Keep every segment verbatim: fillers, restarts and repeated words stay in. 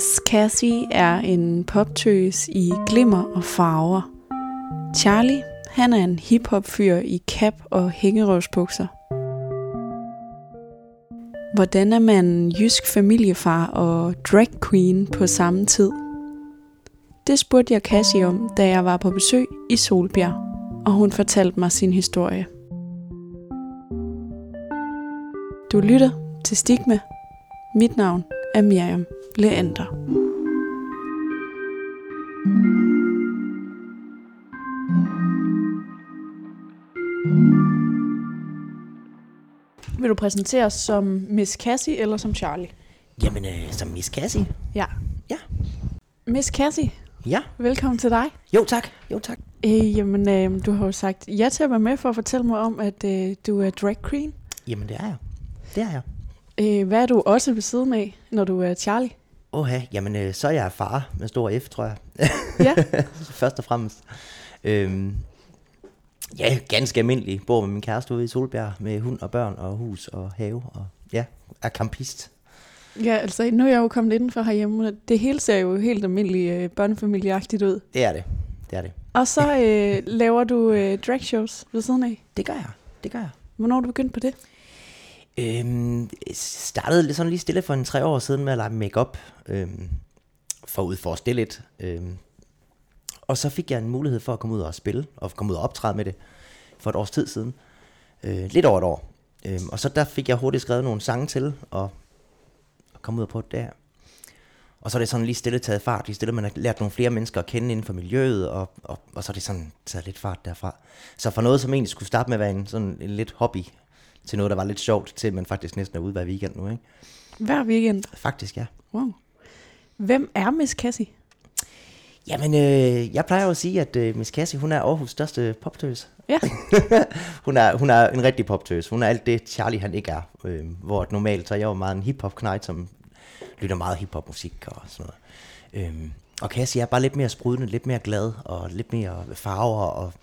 Miss Cassie er en poptøs i glimmer og farver. Charlie, han er en hiphop-fyr i cap og hængerøvsbukser. Hvordan er man jysk familiefar og drag queen på samme tid? Det spurgte jeg Cassie om, da jeg var på besøg i Solbjerg, og hun fortalte mig sin historie. Du lytter til Stigma. Mit navn er Miriam Leander. Vil du præsentere os som Miss Cassie eller som Charlie? Jamen, øh, som Miss Cassie. Ja. Ja. Miss Cassie, Ja. velkommen til dig. Jo tak, jo tak. Øh, jamen, øh, du har jo sagt ja til at være med for at fortælle mig om, at øh, du er drag queen. Jamen, det er jeg. Det er jeg. Øh, hvad er du også ved siden af, når du er Charlie? Oha, jamen, øh, så er jeg far med stor F, tror jeg. Ja. Først og fremmest. Øhm, ja, ganske almindelig. Bor med min kæreste ude i Solbjerg med hund og børn og hus og have. Og ja, er campist. Ja, altså nu er jeg jo kommet indenfor herhjemme, og det hele ser jo helt almindeligt øh, børnefamilieagtigt ud. Det er det. Det er det. Og så øh, laver du øh, drag shows ved siden af. Det gør jeg. Det gør jeg. Hvornår er du begyndt på det? Øhm, startede sådan lige stille for en tre år siden med at lege make-up. Øhm, for at udforske det lidt. Øhm, og så fik jeg en mulighed for at komme ud og spille, og komme ud og optræde med det for et års tid siden. Øh, lidt over et år. Øhm, og så der fik jeg hurtigt skrevet nogle sange til, og, og komme ud og på det der. Og så er det sådan lige stille taget fart. Lige stille, man har lært nogle flere mennesker at kende inden for miljøet, og, og, og så er det sådan taget lidt fart derfra. Så for noget, som egentlig skulle starte med at være en, sådan en lidt hobby, til noget, der var lidt sjovt, til man faktisk næsten er ude hver weekend nu, ikke? Hver weekend? Faktisk, ja. Wow. Hvem er Miss Cassie? Jamen, øh, jeg plejer jo at sige, at øh, Miss Cassie, hun er Aarhus største poptøs. Ja. hun, er, hun er en rigtig poptøs. Hun er alt det, Charlie han ikke er. Øh, hvor normalt, så er jeg jo meget en hiphop-knejt, som lytter meget hiphop-musik og sådan noget. Øh, og Cassie er bare lidt mere sprudende, lidt mere glad, og lidt mere farver og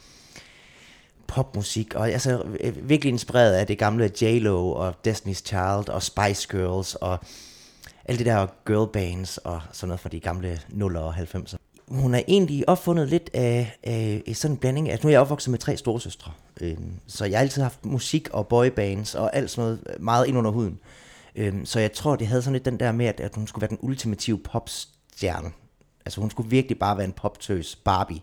popmusik. Og altså virkelig inspireret af det gamle J-Lo og Destiny's Child og Spice Girls og alle de der girlbands og sådan noget fra de gamle nuller og halvfemser. Hun er egentlig opfundet lidt af, af, af sådan en blanding. Altså nu er jeg opvokset med tre storesøstre, øhm, så jeg har altid haft musik og boybands og alt sådan noget meget ind under huden. Øhm, så jeg tror, det havde sådan lidt den der med, at, at hun skulle være den ultimative popstjerne. Altså hun skulle virkelig bare være en poptøs Barbie.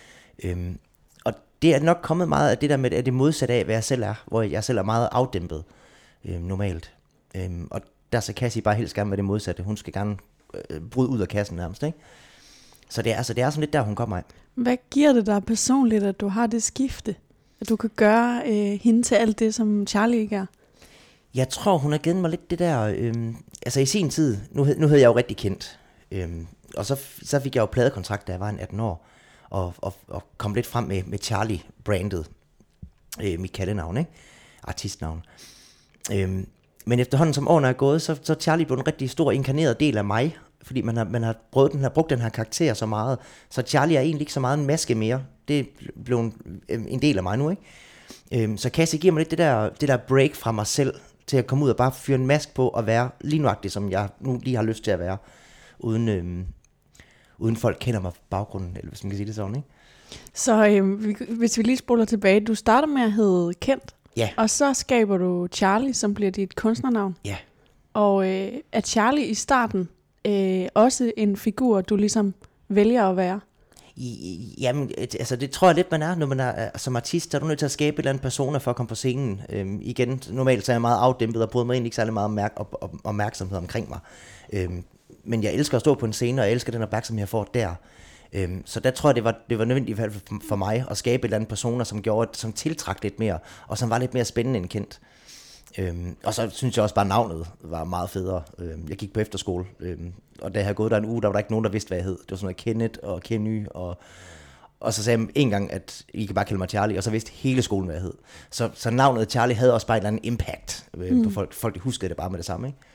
Øhm, og det er nok kommet meget af det der med, at det modsatte af, hvad jeg selv er, hvor jeg selv er meget afdæmpet øhm, normalt. Øhm, og der så Cassie bare helst gerne være det modsatte. Hun skal gerne øh, bryde ud af kassen nærmest, ikke? Så det er, altså, det er sådan lidt der, hun kommer af. Hvad giver det dig personligt, at du har det skifte? At du kan gøre øh, hende til alt det, som Charlie ikke er? Jeg tror, hun har givet mig lidt det der... Øh, altså i sin tid, nu, nu havde jeg jo rigtig kendt. Øh, og så, så fik jeg jo pladekontrakt, da jeg var en atten år. Og, og, og kom lidt frem med, med Charlie-brandet. Øh, mit kaldenavn, ikke? Artistnavn. Øh, men efterhånden som årene er gået, så, så Charlie blev en rigtig stor inkarneret del af mig. Fordi man har, man har, brugt, den, har brugt den her karakter så meget. Så Charlie er egentlig ikke så meget en maske mere. Det er blevet en, en del af mig nu, ikke? Øhm, så Cassie giver mig lidt det der, det der break fra mig selv, til at komme ud og bare fyre en mask på, og være lige nuagtig, som jeg nu lige har lyst til at være. Uden, øhm, uden folk kender mig på baggrunden, eller hvis man kan sige det sådan, ikke? Så øh, hvis vi lige spoler tilbage, du starter med at hedde Kent. Ja. Og så skaber du Charlie, som bliver dit kunstnernavn. Ja. Og øh, er Charlie i starten Øh, også en figur, du ligesom vælger at være? I, jamen, altså det tror jeg lidt, man er, når man er som artist, så er du nødt til at skabe et eller andet persona for at komme på scenen. Øhm, igen, normalt så er jeg meget afdæmpet og bryder mig egentlig ikke særlig meget opmærk- op- op- opmærksomhed omkring mig. Øhm, men jeg elsker at stå på en scene, og jeg elsker den opmærksomhed, jeg får der. Øhm, så der tror jeg, det var, det var nødvendigt for, for mig at skabe et eller andet persona, som gjorde, som tiltrak lidt mere, og som var lidt mere spændende end kendt. Øhm, og så synes jeg også bare, navnet var meget federe. Øhm, jeg gik på efterskole, øhm, og da jeg havde gået der en uge, der var der ikke nogen, der vidste, hvad jeg hed. Det var sådan noget Kenneth og Kenny, og, og så sagde jeg en gang, at I kan bare kalde mig Charlie, og så vidste hele skolen, hvad jeg hed. Så, så navnet Charlie havde også bare et eller andet impact øh, mm. på folk. Folk de huskede det bare med det samme, ikke?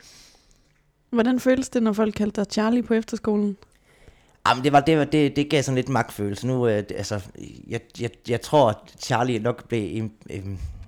Hvordan føles det, når folk kaldte dig Charlie på efterskolen? Jamen, det, var, det, var, det, det gav sådan lidt magtfølelse. Nu, øh, altså, jeg, jeg, jeg tror, at Charlie nok blev... Øh,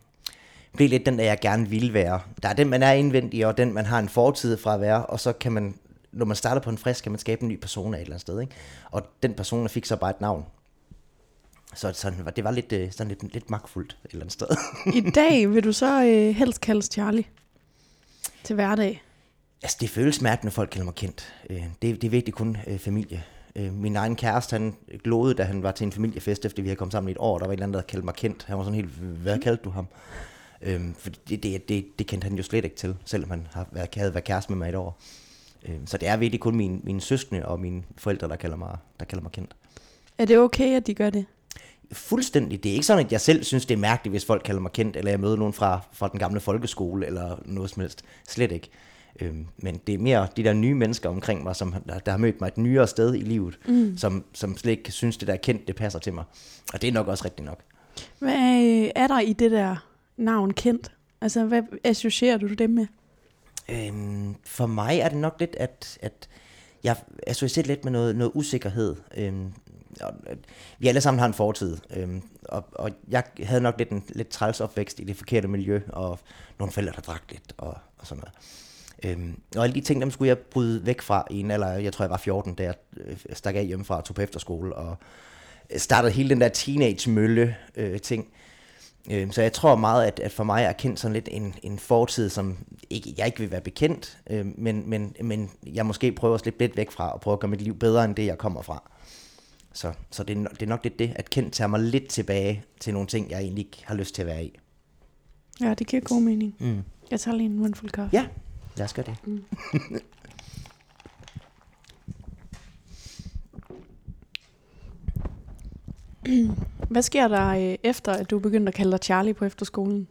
blev lidt den, der jeg gerne ville være. Der er den, man er indvendig, og den, man har en fortid fra at være, og så kan man når man starter på en frisk, kan man skabe en ny persona et eller andet sted, ikke? Og den persona fik så bare et navn. Så sådan, det var lidt, sådan lidt, lidt magtfuldt et eller andet sted. I dag vil du så øh, helst kaldes Charlie til hverdag? Altså, det føles smerten, når folk kalder mig kendt. Det, det er virkelig kun øh, familie. Øh, min egen kæreste, han glodede, da han var til en familiefest, efter vi havde kommet sammen i et år. Der var et eller andet, der kaldte mig kendt. Han var sådan helt, hvad kaldte du ham? Øhm, for det, det, det, det kendte han jo slet ikke til, selvom han har været, havde været kæreste med mig et år. Øhm, så det er virkelig kun mine, mine søskende og mine forældre, der kalder mig, der kalder mig kendt. Er det okay, at de gør det? Fuldstændig. Det er ikke sådan, at jeg selv synes, det er mærkeligt, hvis folk kalder mig kendt, eller jeg møder nogen fra, fra den gamle folkeskole, eller noget som helst. Slet ikke. Øhm, men det er mere de der nye mennesker omkring mig, som der, der har mødt mig et nyere sted i livet, mm. som, som slet ikke synes, det der kendt, det passer til mig. Og det er nok også rigtigt nok. Hvad er der i det der navn kendt? Altså, hvad associerer du det med? Øhm, for mig er det nok lidt, at, at jeg associerer lidt med noget, noget usikkerhed. Øhm, og, vi alle sammen har en fortid, øhm, og, og jeg havde nok lidt en lidt træls opvækst i det forkerte miljø, og nogle forældre, der drak lidt, og, og sådan noget. Øhm, og alle de ting, dem skulle jeg bryde væk fra i en alder, jeg tror jeg var fjorten, da jeg stak af hjemmefra og tog på efterskole, og startede hele den der teenage-mølle-ting. Øh, øhm, så jeg tror meget, at, at for mig er kendt sådan lidt en, en fortid, som ikke, jeg ikke vil være bekendt, øh, men, men, men jeg måske prøver at slippe lidt væk fra, og prøve at gøre mit liv bedre, end det jeg kommer fra. Så, så det, er, det er nok lidt det, at kendt tager mig lidt tilbage til nogle ting, jeg egentlig ikke har lyst til at være i. Ja, det giver god mening. Mm. Jeg tager lige en mundfuld kaffe. Ja, lad os gøre det. Mm. Hvad sker der øh, efter, at du begyndte at kalde dig Charlie på efterskolen?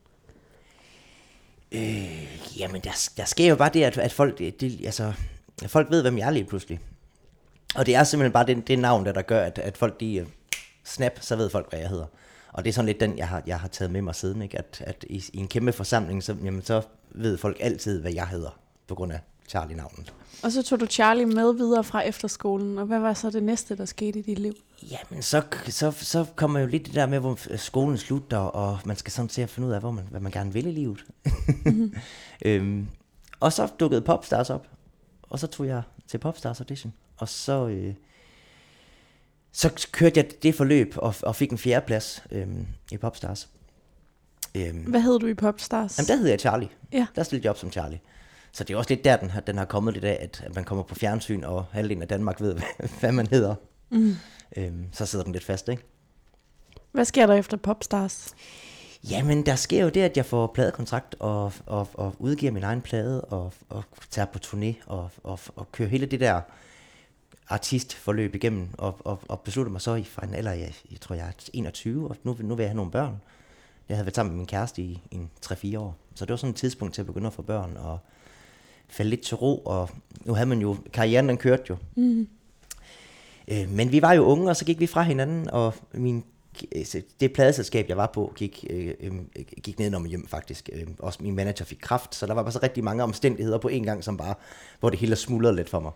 Øh, jamen, der, der sker jo bare det, at, at folk, det, altså, folk ved, hvem jeg er lige pludselig. Og det er simpelthen bare det, det navn, der, der gør, at, at folk de uh, snap, så ved folk, hvad jeg hedder. Og det er sådan lidt den, jeg har, jeg har taget med mig siden, ikke? At, at i, i en kæmpe forsamling, så, jamen, så ved folk altid, hvad jeg hedder, på grund af Charlie-navnet. Og så tog du Charlie med videre fra efterskolen, og hvad var så det næste, der skete i dit liv? Jamen, så, så, så kommer jo lidt det der med, hvor skolen slutter, og man skal sådan til at finde ud af, hvor man, hvad man gerne vil i livet. Mm-hmm. øhm, og så dukkede Popstars op, og så tog jeg til Popstars Audition, og så, øh, så kørte jeg det forløb, og, og fik en fjerdeplads øh, i Popstars. Øhm, hvad hed du i Popstars? Jamen, der hed jeg Charlie. Ja. Der stillede jeg op som Charlie. Så det er også lidt der, den har, den har kommet lidt af, at, at man kommer på fjernsyn, og halvdelen af Danmark ved, hvad man hedder. Mm. Øhm, så sidder den lidt fast, ikke? Hvad sker der efter Popstars? Jamen, der sker jo det, at jeg får pladekontrakt, og, og, og udgiver min egen plade, og, og tager på turné, og, og, og kører hele det der artistforløb igennem, og, og, og beslutter mig så i fra en alder, jeg, jeg tror jeg er enogtyve, og nu, nu vil jeg have nogle børn. Jeg havde været sammen med min kæreste i, i tre fire år, så det var sådan et tidspunkt til at begynde at få børn, og falde lidt til ro, og nu havde man jo, karrieren den kørte jo. Mm. Øh, men vi var jo unge, og så gik vi fra hinanden, og min, det pladeselskab, jeg var på, gik, øh, øh, gik ned om hjem faktisk. Øh, også min manager fik kræft, så der var bare så rigtig mange omstændigheder på en gang, som bare, hvor det hele smuldrede lidt for mig.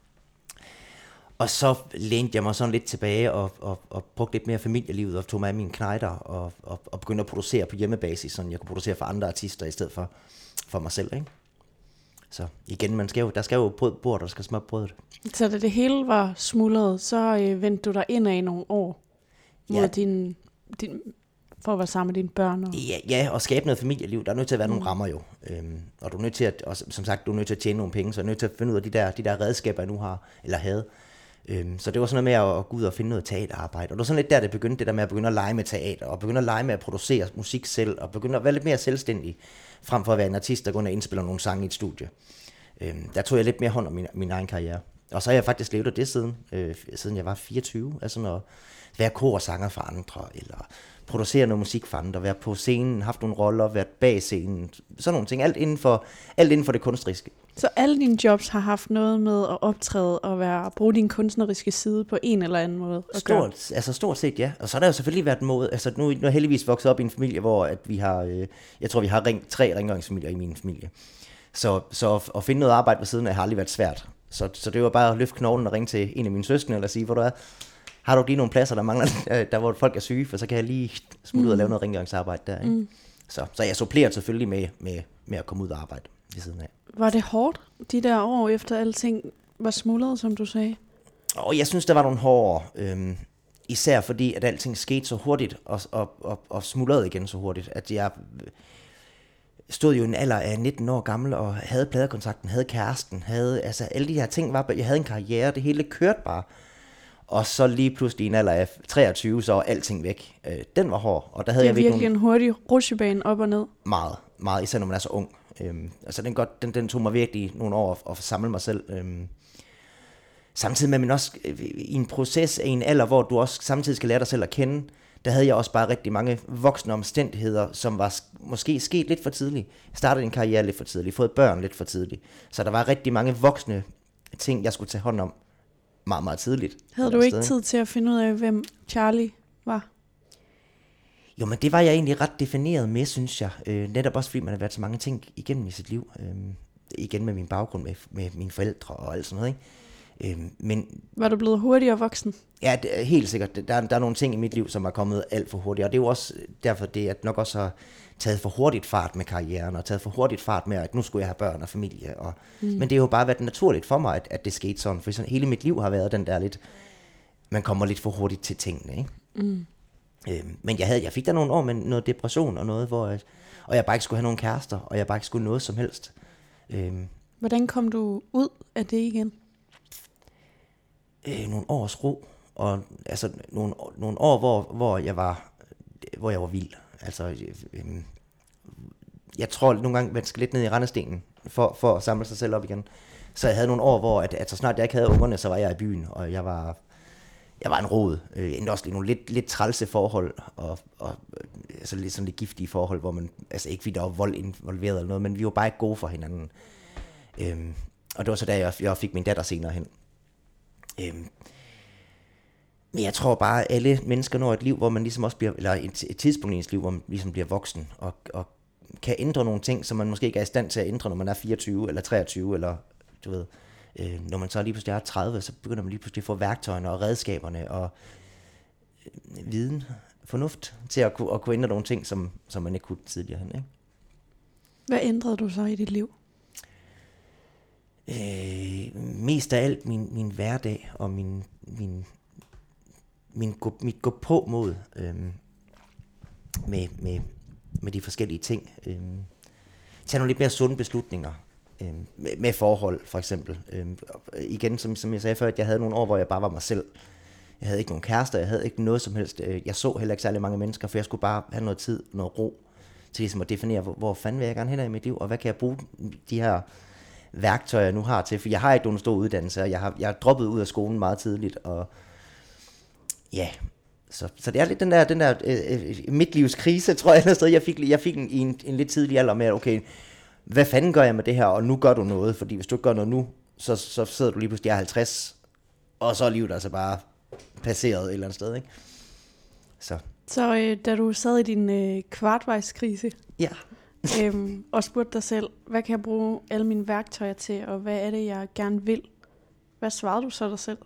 Og så lænede jeg mig sådan lidt tilbage, og, og, og brugte lidt mere familielivet, og tog mig af mine knejder, og, og, og begyndte at producere på hjemmebasis, så jeg kunne producere for andre artister, i stedet for, for mig selv, ikke? Så igen, man skal jo, der skal jo brød bord, og der skal smøre brødet. Så da det hele var smuldret, så øh, vendte du dig indad i nogle år mod ja. din, din, for at være sammen med dine børn? Og... Ja, ja, og skabe noget familieliv. Der er nødt til at være mm. nogle rammer jo. Øhm, og du er nødt til at, og som sagt, du er nødt til at tjene nogle penge, så du er nødt til at finde ud af de der, de der redskaber, jeg nu har, eller havde. Øhm, så det var sådan noget med at, at gå ud og finde noget teaterarbejde. Og det var sådan lidt der, det begyndte, det der med at begynde at lege med teater, og begynde at lege med at producere musik selv, og begynde at være lidt mere selvstændig, frem for at være en artist, der går ind og indspiller nogle sange i et studie. Øhm, der tog jeg lidt mere hånd om min, min egen karriere. Og så har jeg faktisk levet af det siden, øh, siden jeg var fireogtyve. Altså at være korsanger for andre, eller producere noget musik for andre, være på scenen, haft nogle roller, været bag scenen, sådan nogle ting. Alt inden for, alt inden for det kunstneriske. Så alle dine jobs har haft noget med at optræde og være, bruge din kunstneriske side på en eller anden måde? Stort, altså stort set, ja. Og så har der jo selvfølgelig været en måde, altså nu, nu er jeg heldigvis vokset op i en familie, hvor at vi har, øh, jeg tror vi har ring, tre rengøringsfamilier i min familie. Så, så at, at finde noget arbejde ved siden af har aldrig været svært. Så, så det var bare at løfte knoglen og ringe til en af mine søskende, eller sige, hvor du er, har du lige nogle pladser, der mangler, der hvor folk er syge, for så kan jeg lige smutte ud og lave noget rengøringsarbejde der. Ikke? Mm. Så, så jeg supplerer selvfølgelig med, med, med at komme ud og arbejde ved siden af. Var det hårdt, de der år efter alting var smuldret, som du sagde? Og jeg synes, der var nogle hårde, øhm, især fordi, at alting skete så hurtigt, og, og, og, og smuldrede igen så hurtigt, at jeg stod jo i en alder af nitten år gammel, og havde pladekontrakten, havde kæresten, havde, altså alle de her ting var, jeg havde en karriere, det hele kørte bare. Og så lige pludselig i en alder af treogtyve, så var alting væk. Øh, den var hård, og der havde det er jeg virkelig nogle... en hurtig rutsjebane op og ned. Meget, meget, især når man er så ung. Øhm, altså den, godt, den, den tog mig virkelig nogle år at, at samle mig selv. Øhm, samtidig med, at man også øh, i en proces af en alder, hvor du også samtidig skal lære dig selv at kende, der havde jeg også bare rigtig mange voksne omstændigheder, som var måske sket lidt for tidligt. Jeg startede en karriere lidt for tidligt, fået børn lidt for tidligt. Så der var rigtig mange voksne ting, jeg skulle tage hånd om meget, meget tidligt. Havde du ikke sted. tid til at finde ud af, hvem Charlie var? Jo, men det var jeg egentlig ret defineret med, synes jeg. Øh, netop også, fordi man har været så mange ting igennem i sit liv. Øh, igen med min baggrund, med, med mine forældre og alt sådan noget, ikke? Øh, men, var du blevet hurtigere voksen? Ja, det er helt sikkert. Der, der er nogle ting i mit liv, som er kommet alt for hurtigt. Og det er jo også derfor, det at nok også har taget for hurtigt fart med karrieren, og taget for hurtigt fart med, at nu skulle jeg have børn og familie. Og, mm. Men det har jo bare været naturligt for mig, at, at det skete sådan. For sådan, hele mit liv har været den der lidt, man kommer lidt for hurtigt til tingene, ikke? Mm. Øhm, men jeg, havde, jeg fik der nogle år med noget depression og noget, hvor jeg, og jeg bare ikke skulle have nogen kærester, og jeg bare ikke skulle noget som helst. Øhm, Hvordan kom du ud af det igen? Øh, nogle års ro, og altså nogle, nogle år, hvor, hvor, jeg var, hvor jeg var vild. Altså, øh, jeg tror nogle gange, man skal lidt ned i rendestenen, for, for at samle sig selv op igen. Så jeg havde nogle år, hvor at, at så snart jeg ikke havde ungerne, så var jeg i byen, og jeg var... Jeg var en rod, øh, endda også nogle lidt, lidt trælse forhold, og, og altså lidt sådan lidt giftige forhold, hvor man, altså ikke fordi der var vold involveret eller noget, men vi var bare ikke gode for hinanden. Øhm, og det var så da jeg, jeg fik min datter senere hen. Øhm, men jeg tror bare, at alle mennesker når et liv, hvor man ligesom også bliver, eller et, et tidspunkt i ens liv, hvor man ligesom bliver voksen, og, og kan ændre nogle ting, som man måske ikke er i stand til at ændre, når man er fireogtyve eller treogtyve, eller du ved... Øh, når man så lige pludselig er tredive, så begynder man lige pludselig at få værktøjerne og redskaberne og øh, viden, fornuft til at kunne, at kunne ændre nogle ting, som, som man ikke kunne tidligere hen, ikke? Hvad ændrede du så i dit liv? Øh, mest af alt min, min hverdag og min, min, min gå, mit gå på mod øh, med, med, med de forskellige ting. Øh, tage nogle lidt mere sunde beslutninger. Med, med forhold, for eksempel. Øhm, igen, som, som jeg sagde før, at jeg havde nogle år, hvor jeg bare var mig selv. Jeg havde ikke nogen kærester, jeg havde ikke noget som helst. Jeg så heller ikke særlig mange mennesker, for jeg skulle bare have noget tid, noget ro, til ligesom at definere, hvor, hvor fanden vil jeg gerne hen i mit liv, og hvad kan jeg bruge de her værktøjer, jeg nu har til. For jeg har ikke nogen stor uddannelse, og jeg har, jeg har droppet ud af skolen meget tidligt, og ja... Så, så det er lidt den der, den der øh, midtlivskrise, tror jeg, eller jeg fik, jeg fik en, en, en lidt tidlig alder med, okay, hvad fanden gør jeg med det her, og nu gør du noget, fordi hvis du ikke gør noget nu, så, så sidder du lige pludselig halvtreds, og så er livet altså bare passeret et eller andet sted, ikke? Så, så øh, da du sad i din øh, kvartvejskrise, ja. øhm, og spurgte dig selv, hvad kan jeg bruge alle mine værktøjer til, og hvad er det, jeg gerne vil? Hvad svarede du så dig selv?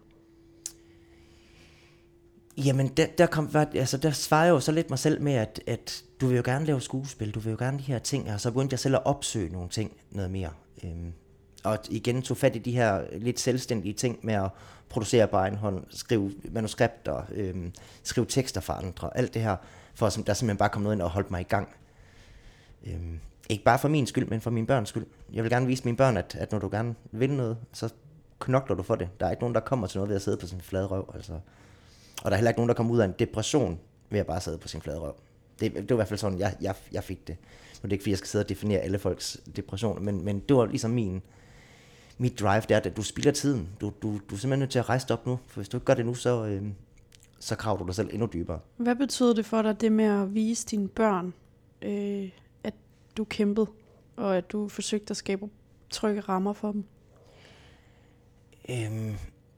Jamen, der, der, kom, altså, der svarede jeg jo så lidt mig selv med, at, at du vil jo gerne lave skuespil, du vil jo gerne de her ting, og så begyndte jeg selv at opsøge nogle ting noget mere. Øhm, og igen tog fat i de her lidt selvstændige ting med at producere på egen hånd, skrive manuskripter, øhm, skrive tekster for andre, alt det her, for at der simpelthen bare kom noget ind og holdt mig i gang. Øhm, ikke bare for min skyld, men for mine børns skyld. Jeg vil gerne vise mine børn, at, at når du gerne vil noget, så knokler du for det. Der er ikke nogen, der kommer til noget ved at sidde på sin flade røv, altså. Og der er heller ikke nogen, der kommer ud af en depression ved at bare sidde på sin flade røv. Det, det var i hvert fald sådan, jeg, jeg, jeg fik det. Nu er det ikke, fordi jeg skal sidde og definere alle folks depressioner, men, men det var ligesom min, mit drive, det er, at du spilder tiden. Du, du, du er simpelthen nødt til at rejse dig op nu, for hvis du ikke gør det nu, så, øh, så kraver du dig selv endnu dybere. Hvad betyder det for dig, det med at vise dine børn, øh, at du kæmpede, og at du forsøgte at skabe trygge rammer for dem? Øhm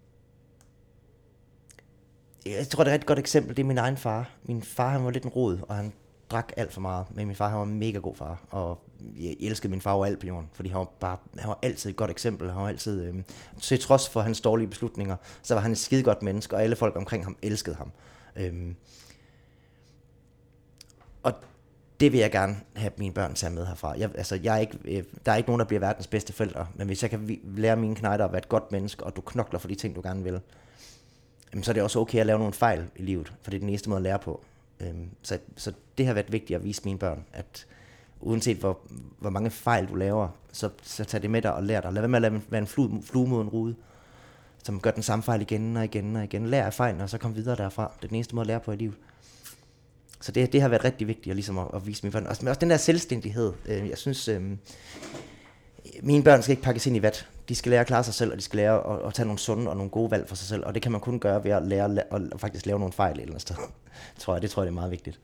Jeg tror, det er et rigtig godt eksempel, det er min egen far. Min far, han var lidt en rod, og han drak alt for meget. Men min far, han var en mega god far, og jeg elskede min far over alt på jorden, fordi han var, bare, han var altid et godt eksempel. Han var altid, øh, til trods for hans dårlige beslutninger, så var han et skide godt menneske, og alle folk omkring ham elskede ham. Øhm, og det vil jeg gerne have mine børn tage med herfra. Jeg, altså, jeg er ikke, der er ikke nogen, der bliver verdens bedste forældre, men hvis jeg kan lære mine knejder at være et godt menneske, og du knokler for de ting, du gerne vil, så er det også okay at lave nogle fejl i livet, for det er den eneste måde at lære på. Så, så det har været vigtigt at vise mine børn, at uanset hvor, hvor mange fejl du laver, så, så tag det med dig og lær dig. Lad være med at lade være en flue, flue mod en rude, som gør den samme fejl igen og igen og igen. Lær af fejlen, og så kom videre derfra. Det er den eneste måde at lære på i livet. Så det, det har været rigtig vigtigt at, ligesom at, at vise mine børn. Også, men også den der selvstændighed. Øh, jeg synes, øh, mine børn skal ikke pakkes ind i vat. De skal lære at klare sig selv, og de skal lære at, at tage nogle sunde og nogle gode valg for sig selv. Og det kan man kun gøre ved at lære at, at faktisk lave nogle fejl et eller andet sted. tror jeg, det tror jeg, det er meget vigtigt.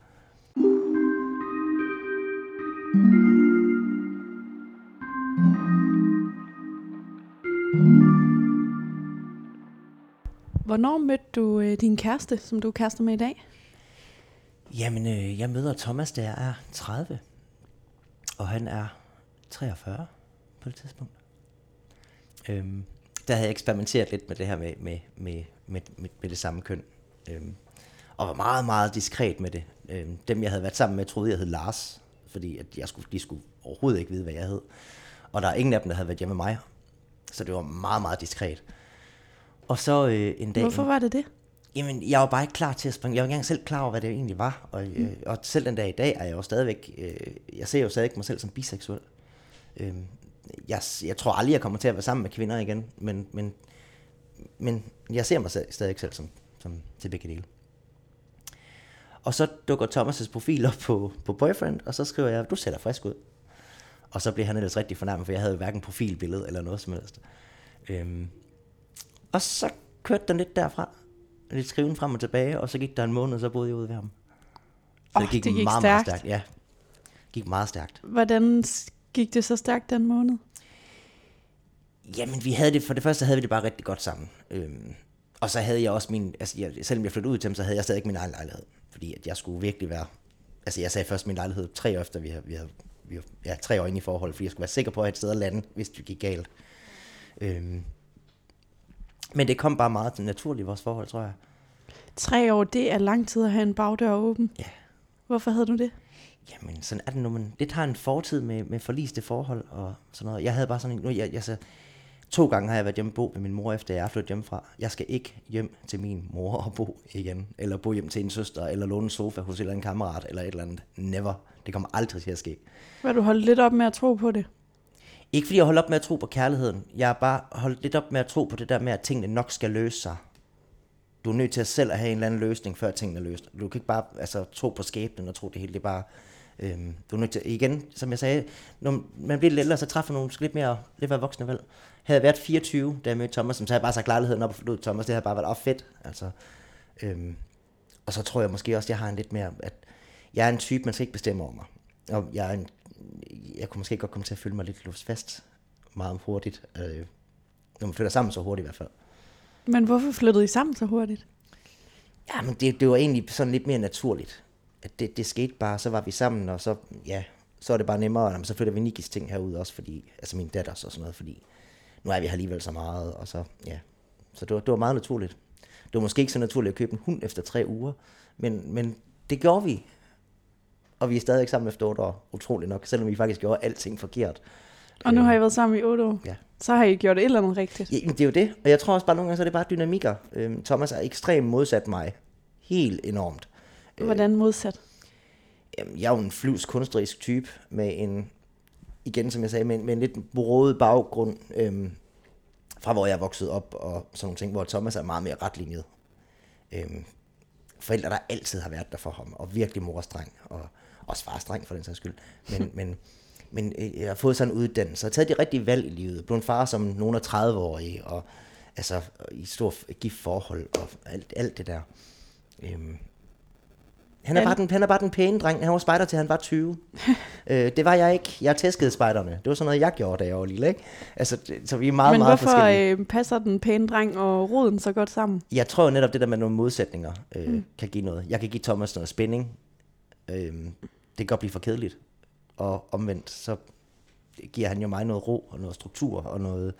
Hvornår mødte du øh, din kæreste, som du er kærester med i dag? Jamen, øh, jeg møder Thomas, da jeg er tredive, og han er treogfyrre på det tidspunkt. Øhm, der havde jeg eksperimenteret lidt med det her med, med, med, med, med, med det samme køn, øhm, og var meget, meget diskret med det. Øhm, dem, jeg havde været sammen med, troede jeg hed Lars, fordi at jeg skulle, de skulle overhovedet ikke vide, hvad jeg hed. Og der er ingen af dem, der havde været hjemme med mig, så det var meget, meget diskret. Og så øh, en dag... Hvorfor var det det? Jamen, jeg var bare ikke klar til at springe. Jeg var ikke engang selv klar over, hvad det egentlig var. Og, øh, mm. og selv den dag i dag er jeg jo stadigvæk... Øh, jeg ser jo stadig mig selv som biseksuel. Øh, jeg, jeg tror aldrig, jeg kommer til at være sammen med kvinder igen. Men, men, men jeg ser mig stadig selv som, som til begge dele. Og så dukker Thomas' profil op på, på Boyfriend, og så skriver jeg, du ser da frisk ud. Og så bliver han ellers rigtig fornærmet, for jeg havde hverken profilbillede eller noget som helst. Øh, og så kørte den lidt derfra. Lidt skriven frem og tilbage, og så gik der en måned, og så boede jeg ude ved ham. Så oh, det gik, det gik meget, stærkt. meget stærkt. Ja, gik meget stærkt. Hvordan gik det så stærkt den måned? Jamen, vi havde det, for det første havde vi det bare rigtig godt sammen. Øhm, og så havde jeg også min, altså jeg, selvom jeg flyttede ud til ham, så havde jeg stadig ikke min egen lejlighed. Fordi at jeg skulle virkelig være, altså jeg sagde først min lejlighed tre år efter, vi havde, vi havde, vi havde ja, tre år inde i forhold, fordi jeg skulle være sikker på at have et sted at lande, hvis det gik galt. Øhm, Men det kom bare meget naturligt i vores forhold, tror jeg. Tre år, det er lang tid at have en bagdør åben. Ja. Hvorfor havde du det? Jamen, sådan er det nu, men det tager en fortid med, med forliste forhold og sådan noget. Jeg havde bare sådan en, nu, jeg, jeg, så, to gange har jeg været hjemme bo med min mor, efter jeg er flyttet hjemmefra. Jeg skal ikke hjem til min mor og bo igen, eller bo hjem til en søster, eller låne en sofa hos en eller anden kammerat, eller et eller andet. Never. Det kommer aldrig til at ske. Var du holdt lidt op med at tro på det? Ikke fordi jeg holdt op med at tro på kærligheden. Jeg har bare holdt lidt op med at tro på det der med, at tingene nok skal løse sig. Du er nødt til at selv at have en eller anden løsning, før tingene er løst. Du kan ikke bare altså, tro på skæbnen og tro det hele. Det er bare... Øhm, du er nødt til... Igen, som jeg sagde, når man bliver lidt ældre, så træffer nogle lidt mere lidt mere voksne valg. Havde jeg været fireogtyve, da jeg mødte Thomas, så havde jeg bare sagt lejligheden op og forlod Thomas. Det havde bare været oh, fedt. Altså, øhm, og så tror jeg måske også, at jeg har en lidt mere... At jeg er en type, man skal ikke bestemme over mig. Og jeg er en jeg kunne måske godt komme til at føle mig lidt låst fast meget hurtigt, øh, når man flytter sammen så hurtigt i hvert fald. Men hvorfor flyttede I sammen så hurtigt? Ja, men det, det var egentlig sådan lidt mere naturligt. At det, det skete bare, så var vi sammen, og så, ja, så er det bare nemmere, og så flytter vi Nikis ting herude også, fordi, altså min datter og sådan noget, fordi nu er vi her alligevel så meget, og så, ja, så det var, det var meget naturligt. Det var måske ikke så naturligt at købe en hund efter tre uger, men, men det gjorde vi. Og vi er stadig sammen efter otte år, utroligt nok, selvom vi faktisk gjorde alting forkert. Og nu har I været sammen i otte år. Ja. Så har I gjort et eller andet rigtigt. Ja, det er jo det, og jeg tror også bare nogle gange, så er det bare dynamikker. Øhm, Thomas er ekstremt modsat mig. Helt enormt. Hvordan modsat? Øh, jeg er jo en flyvs kunstnerisk type, med en, igen som jeg sagde, med, med en lidt broget baggrund, øhm, fra hvor jeg er vokset op, og sådan nogle ting, hvor Thomas er meget mere retlinjet. Øhm, forældre, der altid har været der for ham, og virkelig morstreng, og også farstreng for den sags skyld. Men, men, men jeg har fået sådan en uddannelse, og taget de rigtige valg i livet. Blevet far som nogen af tredive-årige, og altså i stor gift forhold, og alt, alt det der. Øhm. Han, er bare den, han er bare den pæne dreng. Han var spejder til han var tyve. øh, det var jeg ikke. Jeg tæskede spejderne. Det var sådan noget, jeg gjorde, da jeg var lille, ikke? Altså, så vi er meget, Men meget forskellige. Men hvorfor øh, passer den pæne dreng og roden så godt sammen? Jeg tror netop, det der med nogle modsætninger øh, mm. kan give noget. Jeg kan give Thomas noget spænding. Øh, det kan godt blive for kedeligt. Og omvendt, så giver han jo mig noget ro og noget struktur og noget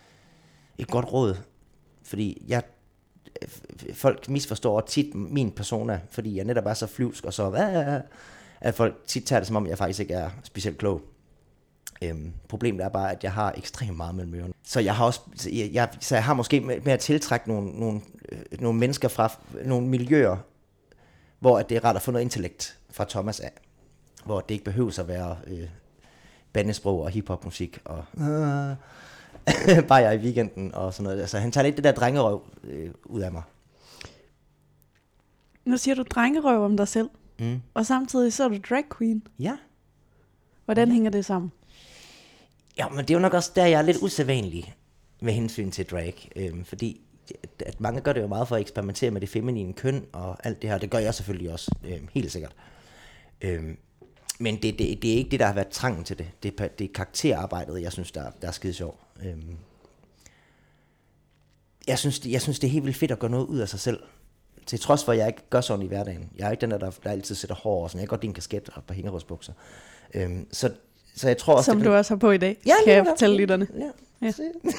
et godt råd. Fordi jeg folk misforstår tit min persona, fordi jeg netop er så flyvsk og så, hvad, at folk tit tager det som om, jeg faktisk ikke er specielt klog. Øhm, problemet er bare, at jeg har ekstremt meget mellem ørerne. Så jeg har også, så jeg, jeg, så jeg har måske med, med at tiltrække nogle, nogle, øh, nogle mennesker fra nogle miljøer, hvor at det er rart at få noget intellekt fra Thomas af. Hvor det ikke behøver at være øh, bandesprog og hiphopmusik og øh, bare jeg i weekenden og sådan noget. Altså han tager lidt det der drengerøv øh, ud af mig. Nu siger du drengerøv om dig selv, Mm. og samtidig så er du drag queen. Ja. Hvordan hænger det sammen? Ja, men det er jo nok også der, jeg er lidt usædvanlig med hensyn til drag. Øhm, fordi at mange gør det jo meget for at eksperimentere med det feminine køn og alt det her. Det gør jeg selvfølgelig også, øhm, helt sikkert. Øhm, men det, det, det er ikke det, der har været trangen til det. Det er, det er karakterarbejdet, jeg synes, der, der er skide sjov. Øhm, jeg, synes, det, jeg synes, det er helt vildt fedt at gøre noget ud af sig selv. Til trods for, at jeg ikke gør sådan i hverdagen. Jeg er ikke den der, der, der altid sætter hår og sådan. Jeg kan godt lide en kasket og et par hængerødsbukser. Øhm, så, så jeg tror også... Som det, du også har på i dag, ja, kan jeg ja, fortælle lytterne. Ja, ja.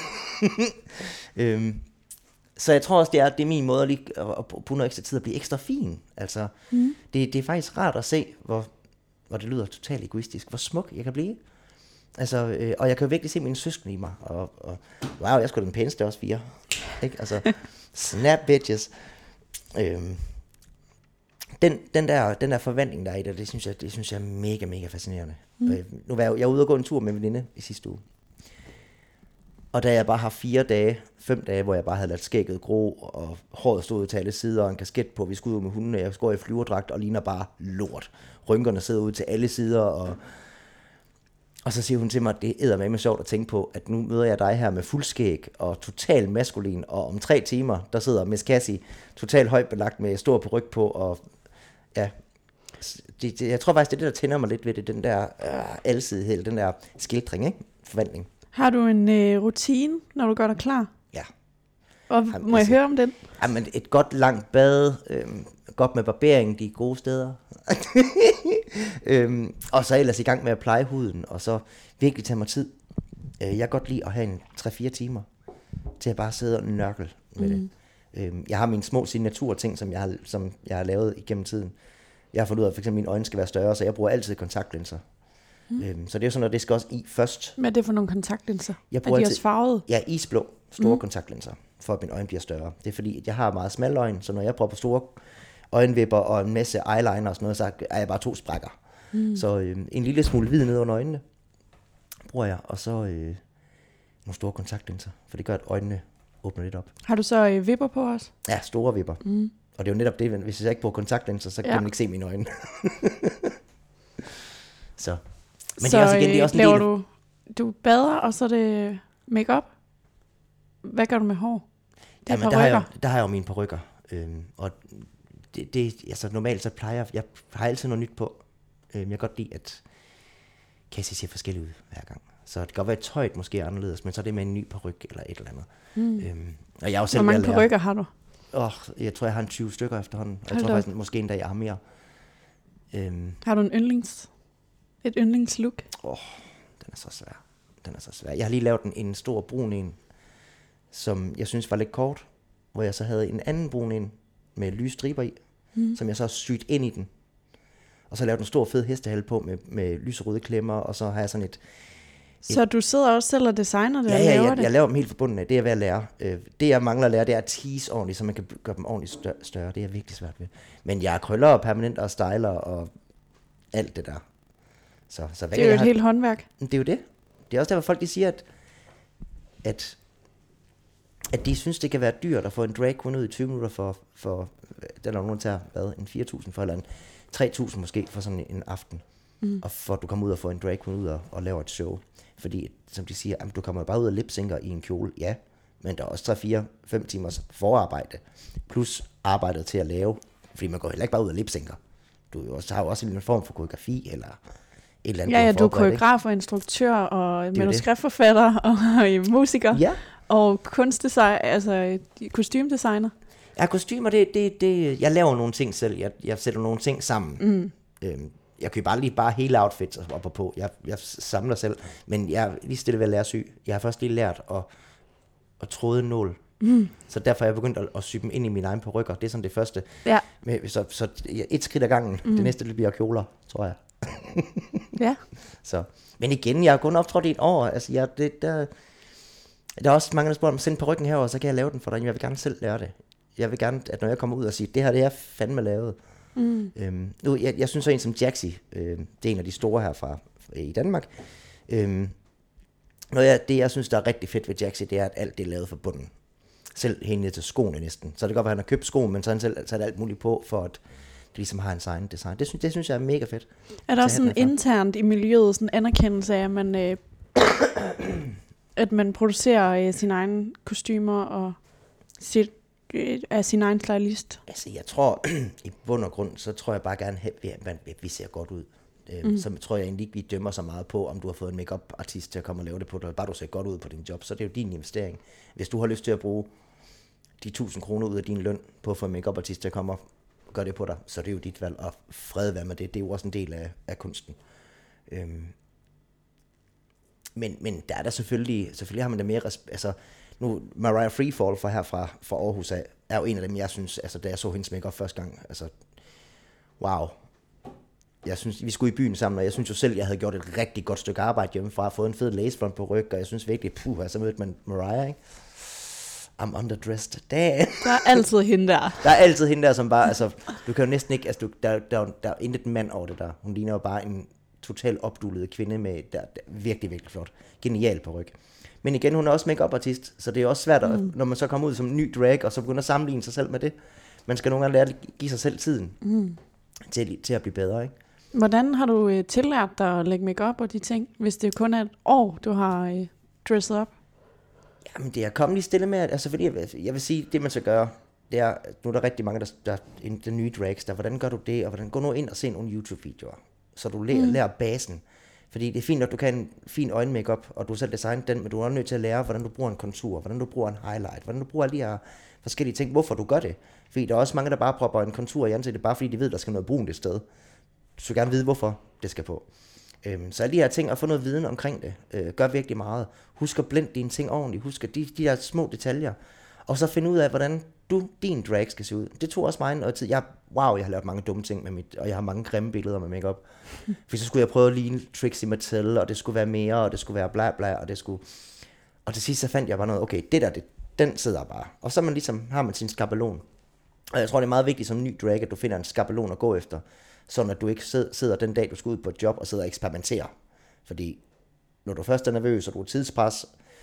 øhm, så jeg tror også, det er, det er min måde at, lige, at, at bruge noget ekstra tid at blive ekstra fin. Altså, mm. det, det er faktisk rart at se, hvor, hvor det lyder totalt egoistisk, hvor smuk jeg kan blive. Altså, øh, og jeg kan jo virkelig se mine søskende i mig. Og, og wow, jeg skulle den pæneste også fire. Ikke? Altså, snap bitches. Øhm, den, den, der, den der forventning, der er i det, det synes jeg, det synes jeg er mega, mega fascinerende. Mm. Øh, nu var jeg, jeg var ude og gå en tur med en veninde i sidste uge. Og da jeg bare har fire dage, fem dage, hvor jeg bare havde ladt skægget gro, og håret stod ud til alle sider, og en kasket på, vi skulle ud med hundene, jeg går i flyverdragt og ligner bare lort. Rynkerne sidder ud til alle sider, og, og så siger hun til mig, at det er eddermame sjovt at tænke på, at nu møder jeg dig her med fuld skæg og total maskulin, og om tre timer, der sidder Miss Cassie totalt højt belagt med stor peruk på, og ja, det, det, jeg tror faktisk, det er det, der tænder mig lidt ved det, den der øh, alsidighed, den der skildring, ikke? Forventning. Har du en øh, rutine, når du gør dig klar? Ja. Og Jamen, må jeg altså, høre om den? Jamen, et godt langt bad, øhm, godt med barbering, de gode steder. øhm, og så ellers i gang med at pleje huden, og så virkelig tage mig tid. Øh, jeg kan godt lide at have en tre fire timer til at bare sidde og nørkle med mm. det. Øhm, jeg har mine små signaturting, som jeg har, som jeg har lavet igennem tiden. Jeg har fundet ud af, at for eksempel mine øjne skal være større, så jeg bruger altid kontaktlinser. Mm. Øhm, så det er jo sådan noget, det skal også i først. Hvad er det for nogle kontaktlinser? Jeg er de altid, også farvede? Ja, isblå, store mm. kontaktlinser, for at mine øjne bliver større. Det er fordi, jeg har meget smalle øjne, så når jeg prøver på store øjenvipper og en masse eyeliner og sådan noget, så er jeg bare to sprækker. Mm. Så øh, en lille smule hvid ned under øjnene bruger jeg, og så øh, nogle store kontaktlinser, for det gør, at øjnene åbner lidt op. Har du så øh, vipper på os? Ja, store vipper. Mm. Og det er jo netop det, hvis jeg ikke bruger kontaktlinser, så kan ja. man ikke se mine øjne. så... Men så det er også igen, det er også en laver del... du, du bader, og så er det make-up. Hvad gør du med hår? Det er Jamen, der har, jeg, der har jeg jo mine perukker. Øhm, og det, det, altså normalt så plejer jeg, jeg har altid noget nyt på. Øhm, jeg kan godt lide, at Cassie ser forskellig ud hver gang. Så det kan godt være, at tøjet måske er anderledes, men så er det med en ny peruk eller et eller andet. Mm. Øhm, og jeg er jo selv Hvor mange perukker har du? Åh, oh, jeg tror, jeg har en tyve stykker efterhånden. Og jeg tror faktisk, måske en dag, jeg har mere. Øhm, har du en yndlings? Et yndlingslook? Åh, oh, den er så svær. Den er så svær. Jeg har lige lavet en, en stor brun en, som jeg synes var lidt kort, hvor jeg så havde en anden brun en med lyse striber i, mm. som jeg så har syet ind i den. Og så lavet en stor fed hestehale på med, med lyserøde klemmer, og så har jeg sådan et... et så du sidder også selv og designer det ja, og ja, laver jeg, det? jeg laver dem helt forbundet af. Det er jeg ved at lære. Det jeg mangler at lære, det er at tease ordentligt, så man kan gøre dem ordentligt større. Det er jeg virkelig svært ved. Men jeg krøller og permanent og styler og alt det der. Så, så det er jo et har... helt håndværk. Det er jo det. Det er også derfor folk de siger, at, at, at de synes, det kan være dyrt at få en drag queen ud i tyve minutter for, for der er nogen, der tager, hvad, en fire tusind for, eller en tre tusind måske for sådan en aften. Mm. Og for at du kommer ud og får en drag queen ud og, og laver et show. Fordi, som de siger, jamen, du kommer bare ud og lipsynker i en kjole. Ja, men der er også tre, fire, fem timers forarbejde. Plus arbejdet til at lave. Fordi man går heller ikke bare ud og lipsynker. Du jo også, har jo også en form for koreografi, eller et eller andet. Ja, ja, du er koreograf og instruktør og manuskriptforfatter og musiker. Ja. Og kunstdesigner, altså kostymdesigner. Ja, kostymer, det, det, det, jeg laver nogle ting selv. Jeg, jeg sætter nogle ting sammen. Mm. Øhm, jeg kan jo bare lige bare hele outfits op og på. Jeg, jeg samler selv. Men jeg er lige stille ved at lære sy. Jeg har først lige lært at, at tråde en nål Mm. Så derfor er jeg begyndt at, at sy dem ind i mine egne perukker. Det er sådan det første. Ja. Med, så, så et skridt ad gangen. Mm. Det næste det bliver kjoler, tror jeg. Ja. Så. Men igen, jeg har kun optrådt i et år. Altså, jeg, det, der, der er også mange, der spørger om, send perukken herover, så kan jeg lave den for dig. Jeg vil gerne selv lære det. Jeg vil gerne, at når jeg kommer ud og siger, det her, det er fandme lavet. Mm. Øhm, nu, jeg, jeg synes så en som Jaxi, øh, det er en af de store her fra, i Danmark. Øhm, Noget jeg, det, jeg synes, der er rigtig fedt ved Jaxi, det er, at alt det er lavet fra bunden. Selv helt ned til skoene næsten. Så det kan godt være, at han har købt sko, men så har han selv sat alt muligt på, for at det ligesom har hans egen design. Det synes, det synes jeg er mega fedt. Er der også sådan internt i miljøet sådan anerkendelse af, at man, øh, at man producerer øh, sine egne kostymer og sit, øh, er sin egen stylist? Altså, jeg tror, i bund og grund, så tror jeg bare gerne, at vi ser godt ud. Mm. Så tror jeg egentlig ikke, vi dømmer så meget på, om du har fået en make-up artist til at komme og lave det på dig. Bare du ser godt ud på din job, så det er jo din investering. Hvis du har lyst til at bruge de tusind kroner ud af din løn på at få en make-up artist til at komme og gøre det på dig, så det er jo dit valg, og fred være med det. Det er jo også en del af, af kunsten. Øhm. Men, men der er der selvfølgelig, selvfølgelig har man da mere respekt. Altså, nu, Mariah Freefall fra her fra, fra Aarhus er, er jo en af dem, jeg synes, altså da jeg så hendes make-up første gang, altså, wow. Jeg synes, vi skulle i byen sammen, og jeg synes jo selv, jeg havde gjort et rigtig godt stykke arbejde hjemmefra, fået en fed lacefront på ryg, og jeg synes virkelig, puh, så mødte man Mariah, ikke? I'm underdressed. Damn. Der er altid hende der. Der er altid hende der, som bare, altså, du kan jo næsten ikke, altså, du, der, der, der er intet mand over det der. Hun ligner jo bare en totalt opdullet kvinde med, der, der virkelig, virkelig flot. Genial på ryg. Men igen, hun er også make-up artist, så det er også svært, mm. når man så kommer ud som ny drag, og så begynder at sammenligne sig selv med det. Man skal nogle gange lære at give sig selv tiden mm. til, til at blive bedre, ikke? Hvordan har du øh, tillært dig at lægge make-up og de ting, hvis det kun er et år, du har øh, dresset op? Jamen, det er kommet lige stille med, altså fordi jeg vil, jeg vil sige, det man skal gøre, det er, nu er der rigtig mange, der, der der nye drags, der, hvordan gør du det, og hvordan, gå nu ind og se nogle YouTube-videoer, så du lærer, mm. lærer basen. Fordi det er fint, at du kan en fin øjenmakeup, og du selv designer den, men du er nødt til at lære, hvordan du bruger en kontur, hvordan du bruger en highlight, hvordan du bruger alle de her forskellige ting, hvorfor du gør det. Fordi der er også mange, der bare propper en kontur i ansigtet, bare fordi de ved, der skal noget brunt et sted. Du skal gerne vide, hvorfor det skal på. Øhm, så alle de her ting, at få noget viden omkring det, øh, gør virkelig meget. Husk at blende dine ting ordentligt. Husk at de, de der små detaljer. Og så finde ud af, hvordan du, din drag skal se ud. Det tog også mig noget tid. Jeg, wow, jeg har lavet mange dumme ting med mit, og jeg har mange grimme billeder med makeup. For så skulle jeg prøve at ligne Trixie Mattel, og det skulle være mere, og det skulle være bla bla, og det skulle... Og til sidst så fandt jeg bare noget, okay, det der, det, den sidder bare. Og så man ligesom, har man sin skabelon. Og jeg tror, det er meget vigtigt som ny drag, at du finder en skabelon at gå efter. Sådan at du ikke sidder den dag, du skal ud på et job og sidder og eksperimenterer. Fordi når du først er nervøs, og du er tidspres,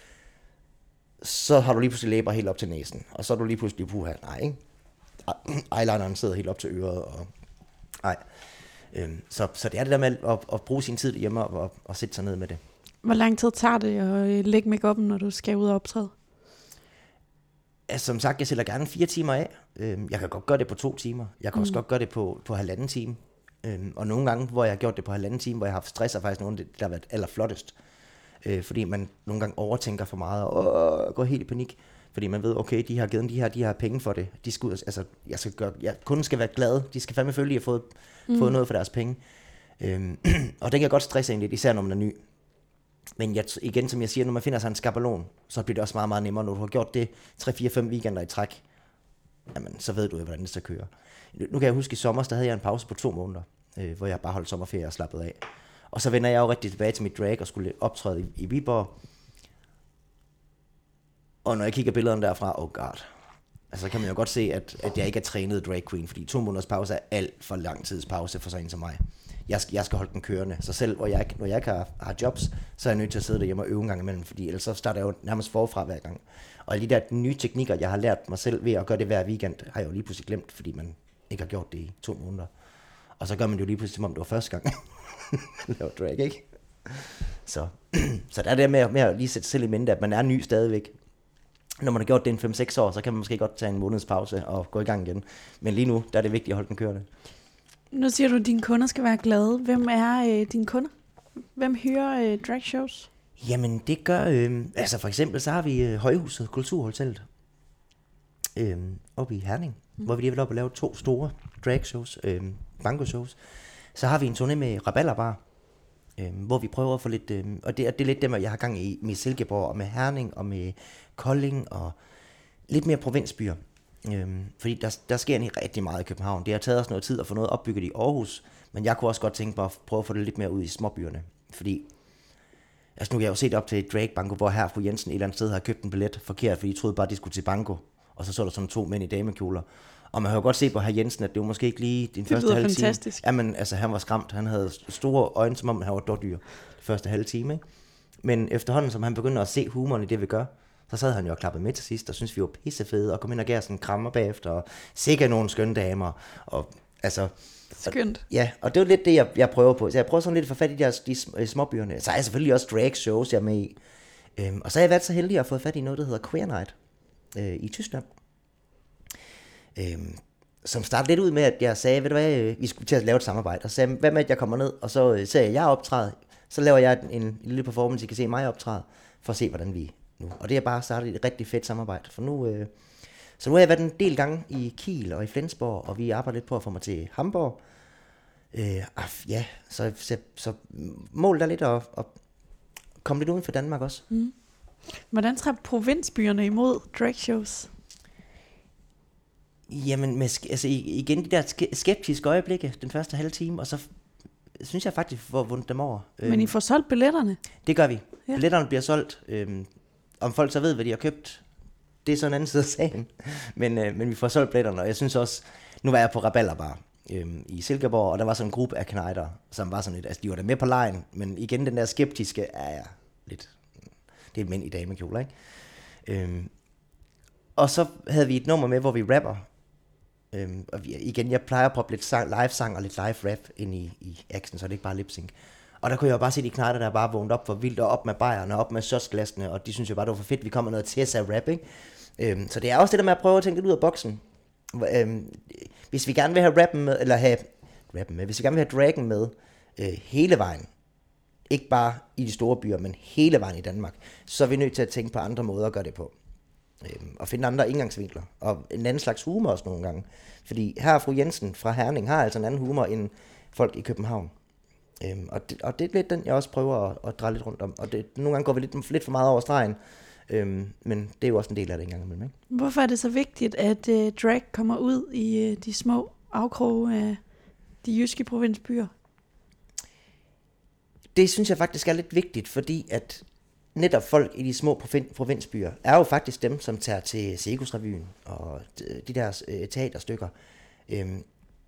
så har du lige pludselig læber helt op til næsen. Og så er du lige pludselig puha, nej, ikke? Eyelineren sidder helt op til øret, og nej. Øhm, så, så det er det der med at, at bruge sin tid hjemme og, og, og sætte sig ned med det. Hvor lang tid tager det at lægge make-up'en, når du skal ud og optræde? Altså, som sagt, jeg sætter gerne fire timer af. Øhm, jeg kan godt gøre det på to timer. Jeg kan mm. også godt gøre det på, på halvanden time. Øhm, og nogle gange, hvor jeg har gjort det på halvanden time, hvor jeg har haft stress, er faktisk nogle af det, der har været allerflottest. Øh, fordi man nogle gange overtænker for meget og øh, går helt i panik. Fordi man ved, okay, de har givet de her, de her penge for det. De skal ud, altså, jeg skal gøre, jeg, kunden skal være glad. De skal fandme føle, at de har fået, mm. fået noget for deres penge. Øhm, og det kan godt stresse en lidt, især når man er ny. Men jeg, igen, som jeg siger, når man finder sig en skabelon, så bliver det også meget, meget nemmere. Når du har gjort det tre, fire, fem weekender i træk, jamen, så ved du jo, hvordan det skal køre. Nu kan jeg huske, i sommer, der havde jeg en pause på to måneder, øh, hvor jeg bare holdt sommerferie og slappede af. Og så vender jeg jo rigtig tilbage til mit drag og skulle optræde i, i Viborg. Og når jeg kigger billederne derfra, oh god, altså kan man jo godt se, at, at jeg ikke er trænet drag queen, fordi to måneders pause er alt for lang tids pause for sådan en som mig. Jeg skal, jeg skal holde den kørende, så selv hvor jeg, når jeg ikke har, har jobs, så er jeg nødt til at sidde derhjemme og øve en gang imellem, fordi ellers så starter jeg jo nærmest forfra hver gang. Og de der nye teknikker, jeg har lært mig selv ved at gøre det hver weekend, har jeg jo lige pludselig glemt, fordi man ikke har gjort det i to måneder. Og så gør man det jo lige pludselig, som om det var første gang, man laver drag, ikke? Så, så der er det med, med at lige sætte selv i mente, at man er ny stadigvæk. Når man har gjort det en fem seks år, så kan man måske godt tage en måneds pause og gå i gang igen. Men lige nu, der er det vigtigt at holde den kørende. Nu siger du, at dine kunder skal være glade. Hvem er øh, dine kunder? Hvem hyrer øh, drag shows? Jamen, det gør... Øh, altså, for eksempel, så har vi øh, Højhuset, Kulturhotellet, øh, oppe i Herning, mm. hvor vi lige vil op og lave to store drag shows, øh, banko shows. Så har vi en turné med Rabalderbar, øh, hvor vi prøver at få lidt... Øh, og det, det er lidt dem, jeg har gang i med Silkeborg, og med Herning, og med Kolding, og lidt mere provinsbyer. Øhm, fordi der, der sker egentlig rigtig meget i København. Det har taget os noget tid at få noget opbygget i Aarhus, men jeg kunne også godt tænke mig at prøve at få det lidt mere ud i småbyerne. Fordi, altså nu kan jeg jo se det op til Drake Banko, hvor her fru Jensen et eller andet sted har købt en billet forkert, fordi de troede bare, de skulle til banko. Og så så der sådan to mænd i damekjoler. Og man har jo godt set på herr Jensen, at det var måske ikke lige din det første halve time. fantastisk. Jamen, altså han var skræmt. Han havde store øjne, som om han var dårdyr de første halve time. Ikke? Men efterhånden, som han begyndte at se humoren i det, vi gør, så sad han jo og klappede med til sidst, og synes vi var pissefede, og kom ind og gav sådan en krammer bagefter, og sikkert nogle skønne damer, og altså... Skønt. Og, ja, og det er jo lidt det, jeg, jeg prøver på. Så jeg prøver sådan lidt at få fat i de, de, de småbyerne. Så er jeg selvfølgelig også drag shows, jeg er med i. Øhm, og så har jeg været så heldig at få fat i noget, der hedder Queer Night øh, i Tyskland. Øhm, som startede lidt ud med, at jeg sagde, ved du hvad, vi skulle til at lave et samarbejde, og sagde, hvad med, at jeg kommer ned, og så øh, ser jeg, jeg optræde, så laver jeg en, en lille performance, I kan se mig optræde, for at se, hvordan vi nu. Og det er bare startet et rigtig fedt samarbejde, for nu, øh, så nu har jeg været en del gange i Kiel og i Flensborg, og vi arbejder lidt på at få mig til Hamburg. Øh, af, ja, så, så, så målet er lidt at, at komme lidt uden for Danmark også. Mm. Hvordan tager provinsbyerne imod dragshows? Jamen, med, altså igen de der skeptiske øjeblikke, den første halve time, og så synes jeg faktisk, vi får vundet dem over. Men I får solgt billetterne? Det gør vi. Ja. Billetterne bliver solgt. Øhm, om folk så ved, hvad de har købt, det er så en anden side af sagen. Men, øh, men vi får solgt billetterne, og jeg synes også, nu var jeg på Rabalderbar øhm, i Silkeborg, og der var sådan en gruppe af knejder, som var sådan lidt, altså de var der med på lejen, men igen den der skeptiske, er ja, lidt, det er mænd i damekjoler, ikke? Øhm, og så havde vi et nummer med, hvor vi rapper. Øhm, og vi, igen, jeg plejer at proppe lidt sang, live-sang og lidt live-rap ind i, i action, så det er ikke bare lip-sync. Og der kunne jeg jo bare se de knejder, der bare vågnede op for vildt, og op med bajerne, og op med shotsglassene, og de synes jo bare, det var for fedt, vi kommer noget til at sige rap, ikke? Øhm, så det er også det der med at prøve at tænke lidt ud af boksen. Øhm, hvis vi gerne vil have rappen med, eller have rappen med, hvis vi gerne vil have dragen med øh, hele vejen, ikke bare i de store byer, men hele vejen i Danmark, så er vi nødt til at tænke på andre måder at gøre det på. Øhm, og finde andre indgangsvinkler, og en anden slags humor også nogle gange. Fordi her fru Jensen fra Herning har altså en anden humor end folk i København. Øhm, og, det, og det er lidt den, jeg også prøver at, at dreje lidt rundt om. Og det, nogle gange går vi lidt, lidt for meget over stregen, øhm, men det er jo også en del af det en gang imellem. Ikke? Hvorfor er det så vigtigt, at uh, drag kommer ud i uh, de små afkroge af de jyske provinsbyer? Det synes jeg faktisk er lidt vigtigt, fordi at netop folk i de små provinsbyer er jo faktisk dem, som tager til Cirkusrevyen og de der øh, teaterstykker. Øhm,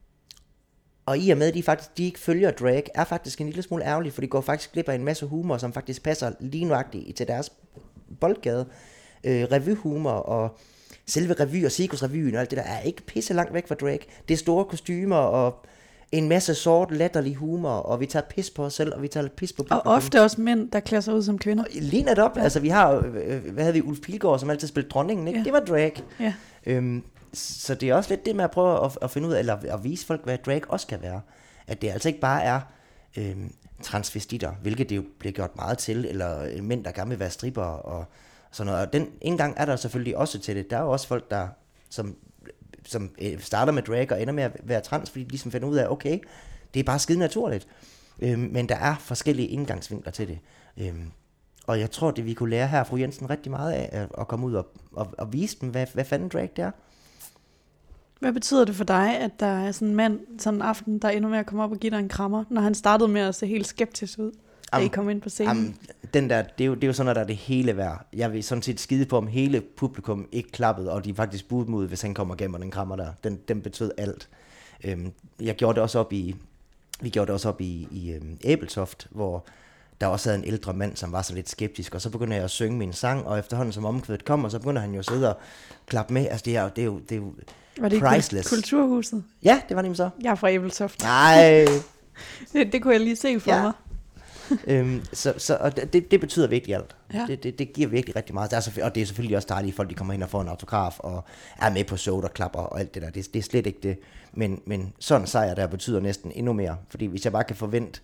og i og med, at de faktisk de ikke følger drag, er faktisk en lille smule ærgerlige, for de går faktisk glip af en masse humor, som faktisk passer lige nøjagtigt til deres boldgade. Øh, revyhumor og selve revy og Cirkusrevyen og alt det der er ikke pisse langt væk fra drag. Det er store kostymer og en masse sort, latterlig humor, og vi tager pis på os selv, og vi tager pis på publikum. Og ofte også mænd, der klæder sig ud som kvinder. Lige netop. Ja. Altså, vi har, øh, hvad havde vi, Ulf Pilgaard, som altid spillede dronningen, ikke? Ja. Det var drag. Ja. Øhm, så det er også lidt det med at prøve at, at finde ud af, eller at vise folk, hvad drag også kan være. At det altså ikke bare er øhm, transvestitter, hvilket det jo bliver gjort meget til, eller mænd, der gerne vil være stripper og sådan noget. Og den indgang er der selvfølgelig også til det. Der er jo også folk, der som som starter med drag og ender med at være trans, fordi de ligesom finder ud af, okay, det er bare skide naturligt. Øhm, men der er forskellige indgangsvinkler til det. Øhm, og jeg tror, det vi kunne lære her, fru Jensen, rigtig meget af, at, at komme ud og, og, og vise dem, hvad, hvad fanden drag det er. Hvad betyder det for dig, at der er sådan en mand sådan en aften, der ender med at komme op og give dig en krammer, når han startede med at se helt skeptisk ud, da I kom ind på scenen? Am, den der, det, er jo, det er jo sådan, at der er det hele værd. Jeg vil sådan set skide på, om hele publikum ikke klappede, og de faktisk budte mod, hvis han kommer og gemmer den krammer der. Den, den betød alt. Øhm, jeg gjorde det også op i, vi gjorde det også op i, i øhm, Æbeltoft, hvor der også havde en ældre mand, som var så lidt skeptisk, og så begyndte jeg at synge min sang, og efterhånden som omkvædet kom, og så begynder han jo at sidde og klappe med. Altså det er, det er jo, det er jo var det priceless. Kulturhuset? Ja, det var nemlig så. Jeg er fra Æbeltoft. Nej. det, det kunne jeg lige se for ja. mig. øhm, så, så og det, det betyder virkelig alt. Ja. Det, det, det giver virkelig rigtig meget. Der er og det er selvfølgelig også dejligt, at folk de kommer ind og får en autograf og er med på showet og klapper og alt det der. Det, det er slet ikke det. Men, men sådan en sejr der betyder næsten endnu mere. Fordi hvis jeg bare kan forvente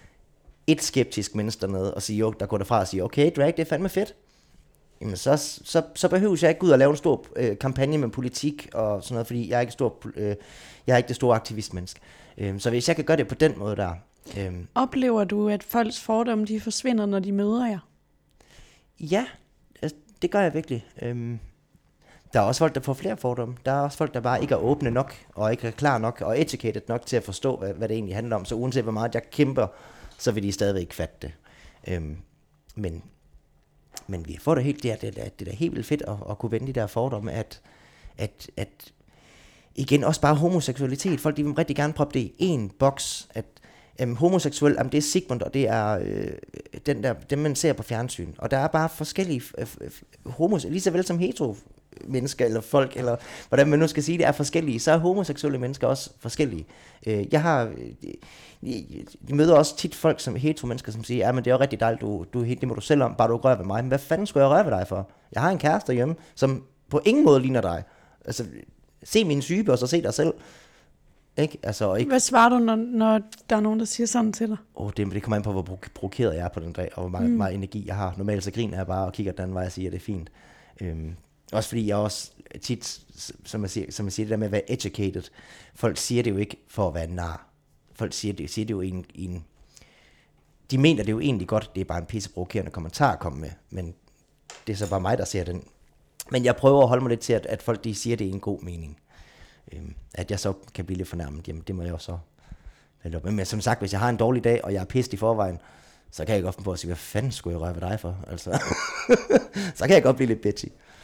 et skeptisk menneske dernede og sige, jo, der går derfra og siger, okay, drag, det er fandme fedt. Jamen så, så, så behøver jeg ikke gå ud og lave en stor øh, kampagne med politik og sådan noget, fordi jeg er ikke, stor, øh, jeg er ikke det store aktivistmenneske. Øh, så hvis jeg kan gøre det på den måde der. Øh, Oplever du, at folks fordomme de forsvinder, når de møder jer? Ja, altså, det gør jeg virkelig. Øh, der er også folk, der får flere fordomme. Der er også folk, der bare ikke er åbne nok, og ikke er klar nok, og educated nok til at forstå, hvad, hvad det egentlig handler om. Så uanset hvor meget jeg kæmper, så vil de stadigvæk ikke fatte det. Øhm, men, men vi får det helt, det er, det er, det er helt vildt fedt at, at kunne vende de der fordomme, at, at, at igen også bare homoseksualitet. Folk de vil rigtig gerne proppe det i en boks, at øhm, homoseksuel, jamen, det er Sigmund, og det er øh, den der, dem, man ser på fjernsyn. Og der er bare forskellige øh, homos, lige så vel som hetero mennesker eller folk, eller hvordan man nu skal sige det, er forskellige, så er homoseksuelle mennesker også forskellige. Øh, jeg har, jeg møder også tit folk som hetero mennesker, som siger, ja, men det er jo rigtig dejligt, du, du, det må du selv om, bare du ikke rører ved mig. Men hvad fanden skulle jeg røre ved dig for? Jeg har en kæreste hjemme, som på ingen måde ligner dig. Altså, se min syge, og så se dig selv. Ikke? Altså, ikke... Hvad svarer du, når, når der er nogen, der siger sådan til dig? Oh, det, det kommer an på, hvor provokeret jeg er på den dag, og hvor meget, mm. meget energi jeg har. Normalt så griner jeg bare og kigger den vej og siger, at det er fint. Øhm, også fordi jeg også tit, som jeg, siger, som jeg siger, det der med at være educated, folk siger det jo ikke for at være nar. Folk siger det, siger det jo i en, i en... De mener det jo egentlig godt, det er bare en pisseprovokerende kommentar at komme med, men det er så bare mig, der ser den. Men jeg prøver at holde mig lidt til, at, at folk de siger det i en god mening. Øhm, at jeg så kan blive lidt fornærmet, jamen det må jeg jo så... Men som sagt, hvis jeg har en dårlig dag, og jeg er pissed i forvejen, så kan jeg godt finde på at sige, hvad fanden skulle jeg røre ved dig for? Altså, så kan jeg godt blive lidt bitchy.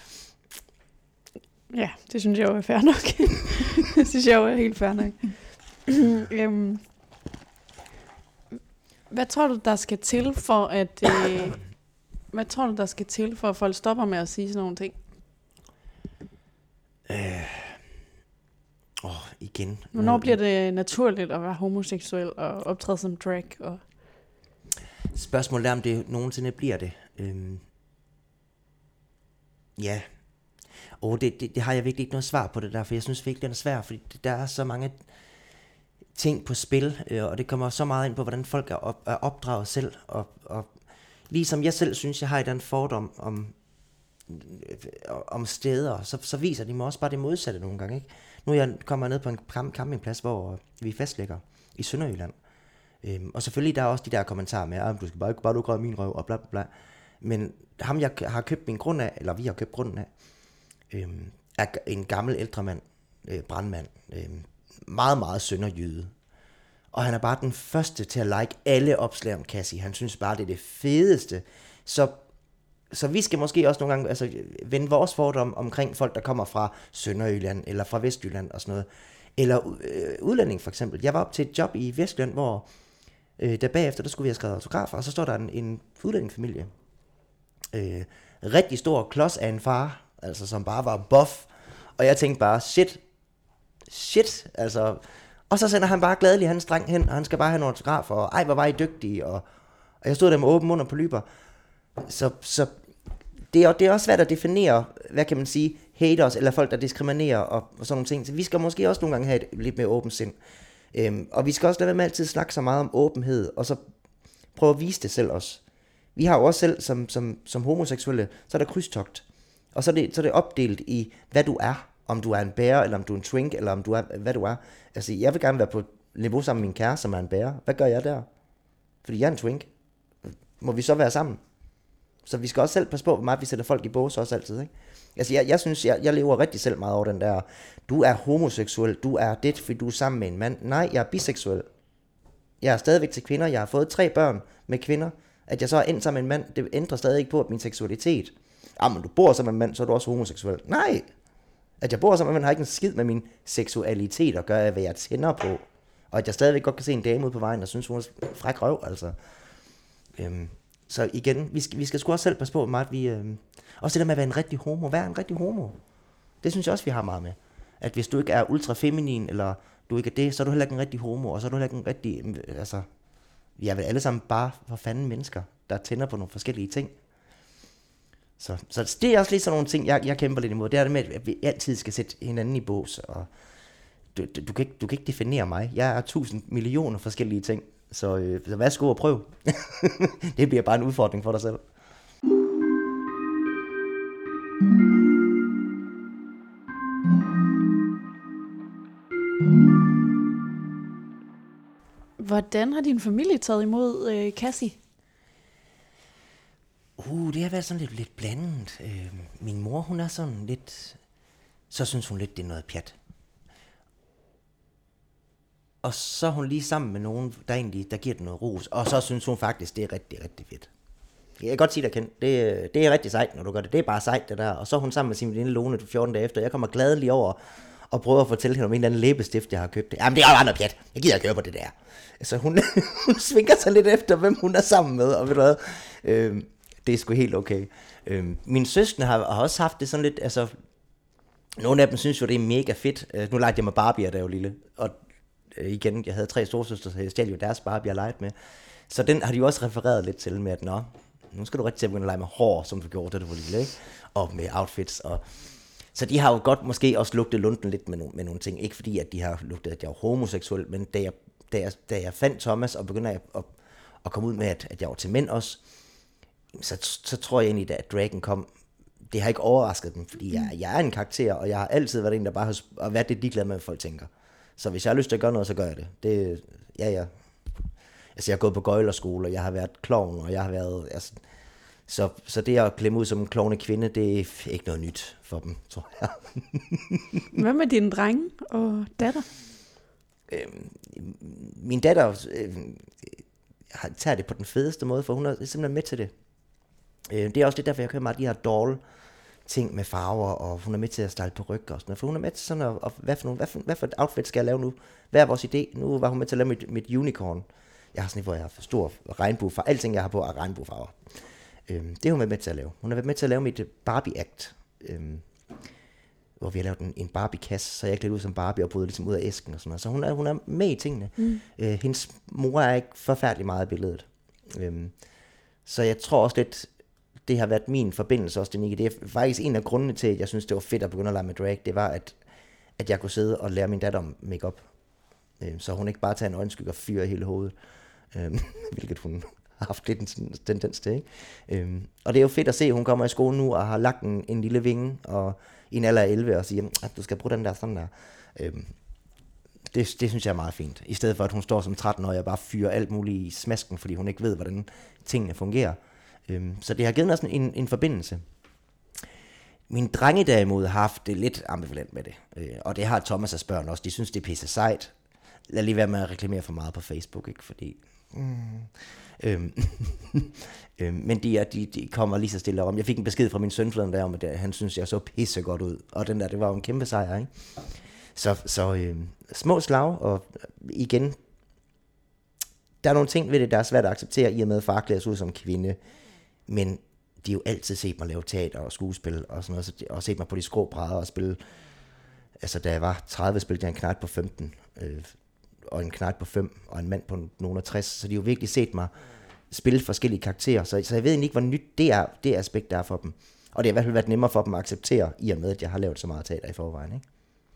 Ja, det synes jeg jo er fair nok. Det synes jeg jo er helt fair nok. øhm, hvad tror du, der skal til for, at... Øh, hvad tror du, der skal til for, at folk stopper med at sige sådan nogle ting? Øh, åh, igen. Hvornår bliver det naturligt at være homoseksuel og optræde som drag? Og... Spørgsmålet er, om det nogensinde bliver det. Øhm, ja. Og det, det, det har jeg virkelig ikke noget svar på det der, for jeg synes virkelig, det er svært, fordi der er så mange ting på spil, øh, og det kommer så meget ind på, hvordan folk er, op, er opdraget selv, og, og ligesom jeg selv synes, jeg har et andet fordom om, øh, om steder, så, så viser de mig også bare det modsatte nogle gange, ikke? Nu er jeg kommer ned på en campingplads, hvor vi fastlægger i Sønderjylland, øhm, og selvfølgelig der er også de der kommentarer med, at du skal bare ikke bare du grøde min røv, og bla bla bla, men ham jeg har købt min grund af, eller vi har købt grunden af, Øhm, er en gammel ældre mand, øh, brandmand, øh, meget, meget sønderjyde. Og han er bare den første til at like alle opslag om Cassie. Han synes bare, det er det fedeste. Så, så vi skal måske også nogle gange altså, vende vores fordom omkring folk, der kommer fra Sønderjylland, eller fra Vestjylland og sådan noget. Eller øh, udlænding for eksempel. Jeg var op til et job i Vestjylland, hvor øh, der bagefter, der skulle vi have skrevet autografer, og så står der en, en udlændingfamilie. Øh, rigtig stor klods af en far, altså som bare var buff, og jeg tænkte bare, shit, shit, altså, og så sender han bare gladeligt hans dreng hen, og han skal bare have nogle autografer, og ej, hvor var I dygtige, og, og jeg stod der med åben mund og på lyber, så, så det, er, det er også svært at definere, hvad kan man sige, haters, eller folk, der diskriminerer, og, og sådan nogle ting, så vi skal måske også nogle gange have et lidt mere åbent sind, øhm, og vi skal også lade være med altid snakke så meget om åbenhed, og så prøve at vise det selv også. Vi har jo også selv, som, som, som homoseksuelle, så er der krydstogt. Og så er, det, så er det opdelt i, hvad du er. Om du er en bærer, eller om du er en twink, eller om du er, hvad du er. Altså, jeg vil gerne være på niveau sammen med min kæreste, som er en bærer. Hvad gør jeg der? Fordi jeg er en twink. Må vi så være sammen? Så vi skal også selv passe på, hvor meget vi sætter folk i bås også altid, ikke? Altså, jeg, jeg synes, jeg, jeg lever rigtig selv meget over den der, du er homoseksuel, du er det, fordi du er sammen med en mand. Nej, jeg er biseksuel. Jeg er stadigvæk til kvinder, jeg har fået tre børn med kvinder. At jeg så er endt sammen med en mand, det ændrer stadig ikke på at min seksualitet. Jamen, du bor sammen med en mand, så er du også homoseksuel. Nej! At jeg bor sammen med en mand, har ikke en skid med min seksualitet at gøre, hvad jeg tænder på. Og at jeg stadigvæk godt kan se en dame ud på vejen, og synes, hun er fræk røv, altså. Øhm, så igen, vi skal, vi skal sgu også selv passe på, meget vi... Øhm, også det der med at være en rigtig homo. Vær en rigtig homo. Det synes jeg også, vi har meget med. At hvis du ikke er ultra feminin, eller du ikke er det, så er du heller ikke en rigtig homo, og så er du heller ikke en rigtig... Altså, vi er vel alle sammen bare for fanden mennesker, der tænder på nogle forskellige ting. Så, så det er også lige sådan nogle ting, jeg, jeg kæmper lidt imod. Det er det med, at vi altid skal sætte hinanden i bås. Og du, du, du, kan, ikke, du kan ikke definere mig. Jeg er tusind millioner forskellige ting. Så, øh, så værsgo og prøv. Det bliver bare en udfordring for dig selv. Hvordan har din familie taget imod øh, Cassie? Uh, det har været sådan lidt, lidt blandet. Øh, min mor, hun er sådan lidt... så synes hun lidt, det er noget pjat. Og så er hun lige sammen med nogen, der egentlig, der giver den noget ros, og så synes hun faktisk, det er rigtig, rigtig fedt. Jeg kan godt sige dig, Ken, det, det er rigtig sejt, når du gør det. Det er bare sejt, det der. Og så er hun sammen med sin veninde Lone fjorten dage efter. Jeg kommer gladelig over og prøver at fortælle hende om en eller anden læbestift, jeg har købt. Jamen, det er jo andre pjat. Jeg gider ikke høre på det der. Altså, hun, hun svinger sig lidt efter, hvem hun er sammen med, og ved du hvad, øh, det er sgu helt okay. Øh, mine søskende har, har også haft det sådan lidt, altså, nogle af dem synes jo, det er mega fedt. Øh, nu legede jeg med Barbie, da jeg var lille, og øh, igen, jeg havde tre storesøstre, så jeg stjal jo deres Barbie, jeg legede med. Så den har de jo også refereret lidt til med, at nå, nu skal du rigtig til at begynde at lege med hår, som du gjorde, da du var lille, ikke? Og med outfits. Og så de har jo godt måske også lugtet lunden lidt med, no- med nogle ting. Ikke fordi, at de har lugtet, at jeg var homoseksuel, men da jeg, da jeg, da jeg fandt Thomas og begyndte at, at, at komme ud med, at, at jeg var til mænd også, så, så tror jeg egentlig, at Dragon kom. Det har ikke overrasket dem, fordi jeg, jeg er en karakter, og jeg har altid været en, der bare har været det ligeglad med, hvad folk tænker. Så hvis jeg har lyst til at gøre noget, så gør jeg det. Det ja, ja. Altså, jeg har gået på gøjlerskole, og jeg har været klovn, og jeg har været... Altså, så, så det at klemme ud som en klovne kvinde, det er ikke noget nyt for dem, tror jeg. Hvad med dine drenge og datter? Øhm, min datter øh, tager det på den fedeste måde, for hun er simpelthen med til det. Øh, det er også det derfor, jeg kører meget de her doll ting med farver, og hun er med til at style på ryg og sådan noget. For hun er med til sådan at, og hvad, for nogle, hvad, for, hvad for et outfit skal jeg lave nu? Hvad er vores idé? Nu var hun med til at lave mit, mit unicorn. Jeg har sådan et, hvor jeg har for stor regnbuefarver. Alting, jeg har på, er regnbuefarver. Øhm, det er hun med, med til at lave. Hun har været med til at lave mit Barbie-act, øhm, hvor vi har lavet en, en Barbie-kasse, så jeg klædte ud som Barbie og bryder ligesom ud af æsken og sådan noget. Så hun er, hun er med i tingene. Mm. Øh, hendes mor er ikke forfærdelig meget i billedet. Øhm, så jeg tror også lidt, det har været min forbindelse også, det er faktisk en af grundene til, at jeg synes, det var fedt at begynde at lege med drag. Det var, at, at jeg kunne sidde og lære min datter om make-up. Øhm, så hun ikke bare tager en øjenskygge og fyrer hele hovedet. Øhm, hvilket hun har haft lidt en tendens til, ikke? Øhm, og det er jo fedt at se, at hun kommer i skole nu og har lagt en, en lille vinge og i en alder af elleve og siger, at du skal bruge den der sådan der. Øhm, det, det synes jeg er meget fint. I stedet for, at hun står som tretten-årig og bare fyrer alt muligt i smasken, fordi hun ikke ved, hvordan tingene fungerer. Øhm, så det har givet os en, en forbindelse. Mine drenge derimod har haft det lidt ambivalent med det. Øh, og det har Thomas' børn også. De synes, det er pisse sejt. Lad lige være med at reklamere for meget på Facebook, ikke? Fordi... Mm, øhm, øhm, men de, er, de, de kommer lige så stille om. Jeg fik en besked fra min søn forleden der om, at han synes, jeg så pisse godt ud. Og den der, det var jo en kæmpe sejr, ikke? Så, så øhm, små slag, og igen, der er nogle ting ved det, der er svært at acceptere, i og med at far klæder sig ud som kvinde. Men de har jo altid set mig lave teater og skuespil og sådan noget, så de, og set mig på de skråbrædder og spille. Altså, da jeg var tredive, spillede jeg en knægt på femten, øh, og en knægt på fem, og en mand på nogen af tres, så de har jo virkelig set mig spille forskellige karakterer, så, så jeg ved ikke, hvor nyt det er, det aspekt der er for dem. Og det har i hvert fald været nemmere for dem at acceptere, i og med, at jeg har lavet så meget teater i forvejen, ikke?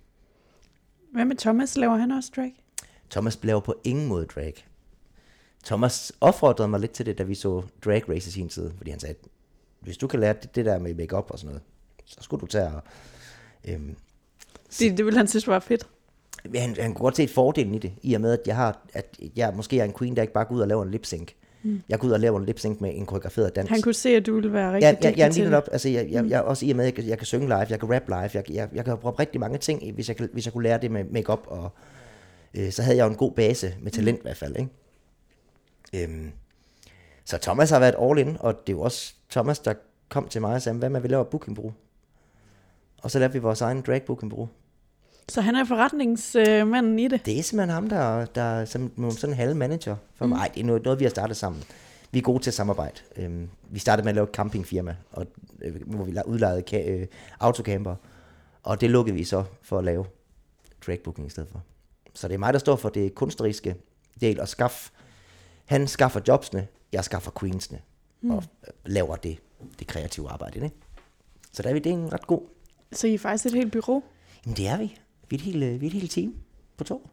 Hvad med Thomas? Laver han også drag? Thomas laver på ingen måde drag. Thomas opfordrede mig lidt til det, da vi så Drag Race i sin tid, fordi han sagde, hvis du kan lære det, det der med make-up og sådan noget, så skulle du tage og... Øhm, det, det ville han synes var fedt. Han, han kunne godt se et fordel i det, i og med, at jeg har, at jeg måske er en queen, der ikke bare går ud og laver en lip-sync. Mm. Jeg går ud og laver en lip-sync med en koreograferet dans. Han kunne se, at du ville være rigtig ja, dygtig ja, til det. Op. Altså, jeg, jeg, jeg, også i og med, at jeg kan, jeg kan synge live, jeg kan rap live, jeg, jeg, jeg kan bruge rigtig mange ting, hvis jeg, hvis jeg kunne lære det med make-up, og øh, så havde jeg jo en god base med talent mm. i hvert fald, ikke? Øhm, så Thomas har været all in, og det er jo også Thomas, der kom til mig og sagde, hvad med, vi laver bookingbureau? Og så lavede vi vores egen drag bookingbureau. Så han er forretningsmanden i det? Det er simpelthen ham, der, der er sådan, sådan en halv manager for mig. Mm. Ej, det er noget, noget, vi har startet sammen. Vi er gode til at samarbejde. Øhm, vi startede med at lave et campingfirma, og, øh, hvor vi udlejede ka- øh, autocamper, og det lukkede vi så for at lave dragbooking i stedet for. Så det er mig, der står for det kunstneriske del, og skaffe. Han skaffer jobsene, jeg skaffer queensene, mm. og laver det, det kreative arbejde. Ikke? Så der er vi, det er en ret god. Så I er faktisk et helt bureau? Jamen det er vi. Vi er et helt, vi er et helt team på to.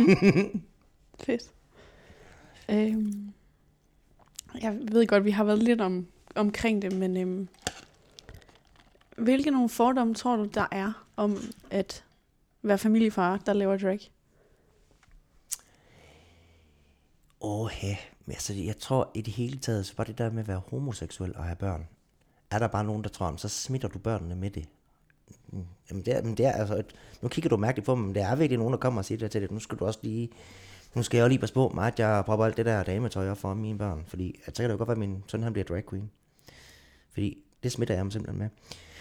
Fedt. Øhm, jeg ved godt, vi har været lidt om, omkring det, men øhm, hvilke nogle fordomme tror du, der er om at være familiefar, der laver drag? Åh, ja. Altså, jeg tror i det hele taget, så var det der med at være homoseksuel og have børn. Er der bare nogen, der tror, så smitter du børnene med det. Jamen det er, men det er altså, nu kigger du mærkeligt på mig, men det er virkelig nogen, der kommer og siger det til dig. Nu skal du også lige, nu skal jeg jo lige passe på mig, at jeg propper alt det der dametøj op for mine børn. Fordi, at så kan det jo godt være, at min søn han bliver drag queen. Fordi det smitter jeg ham simpelthen med.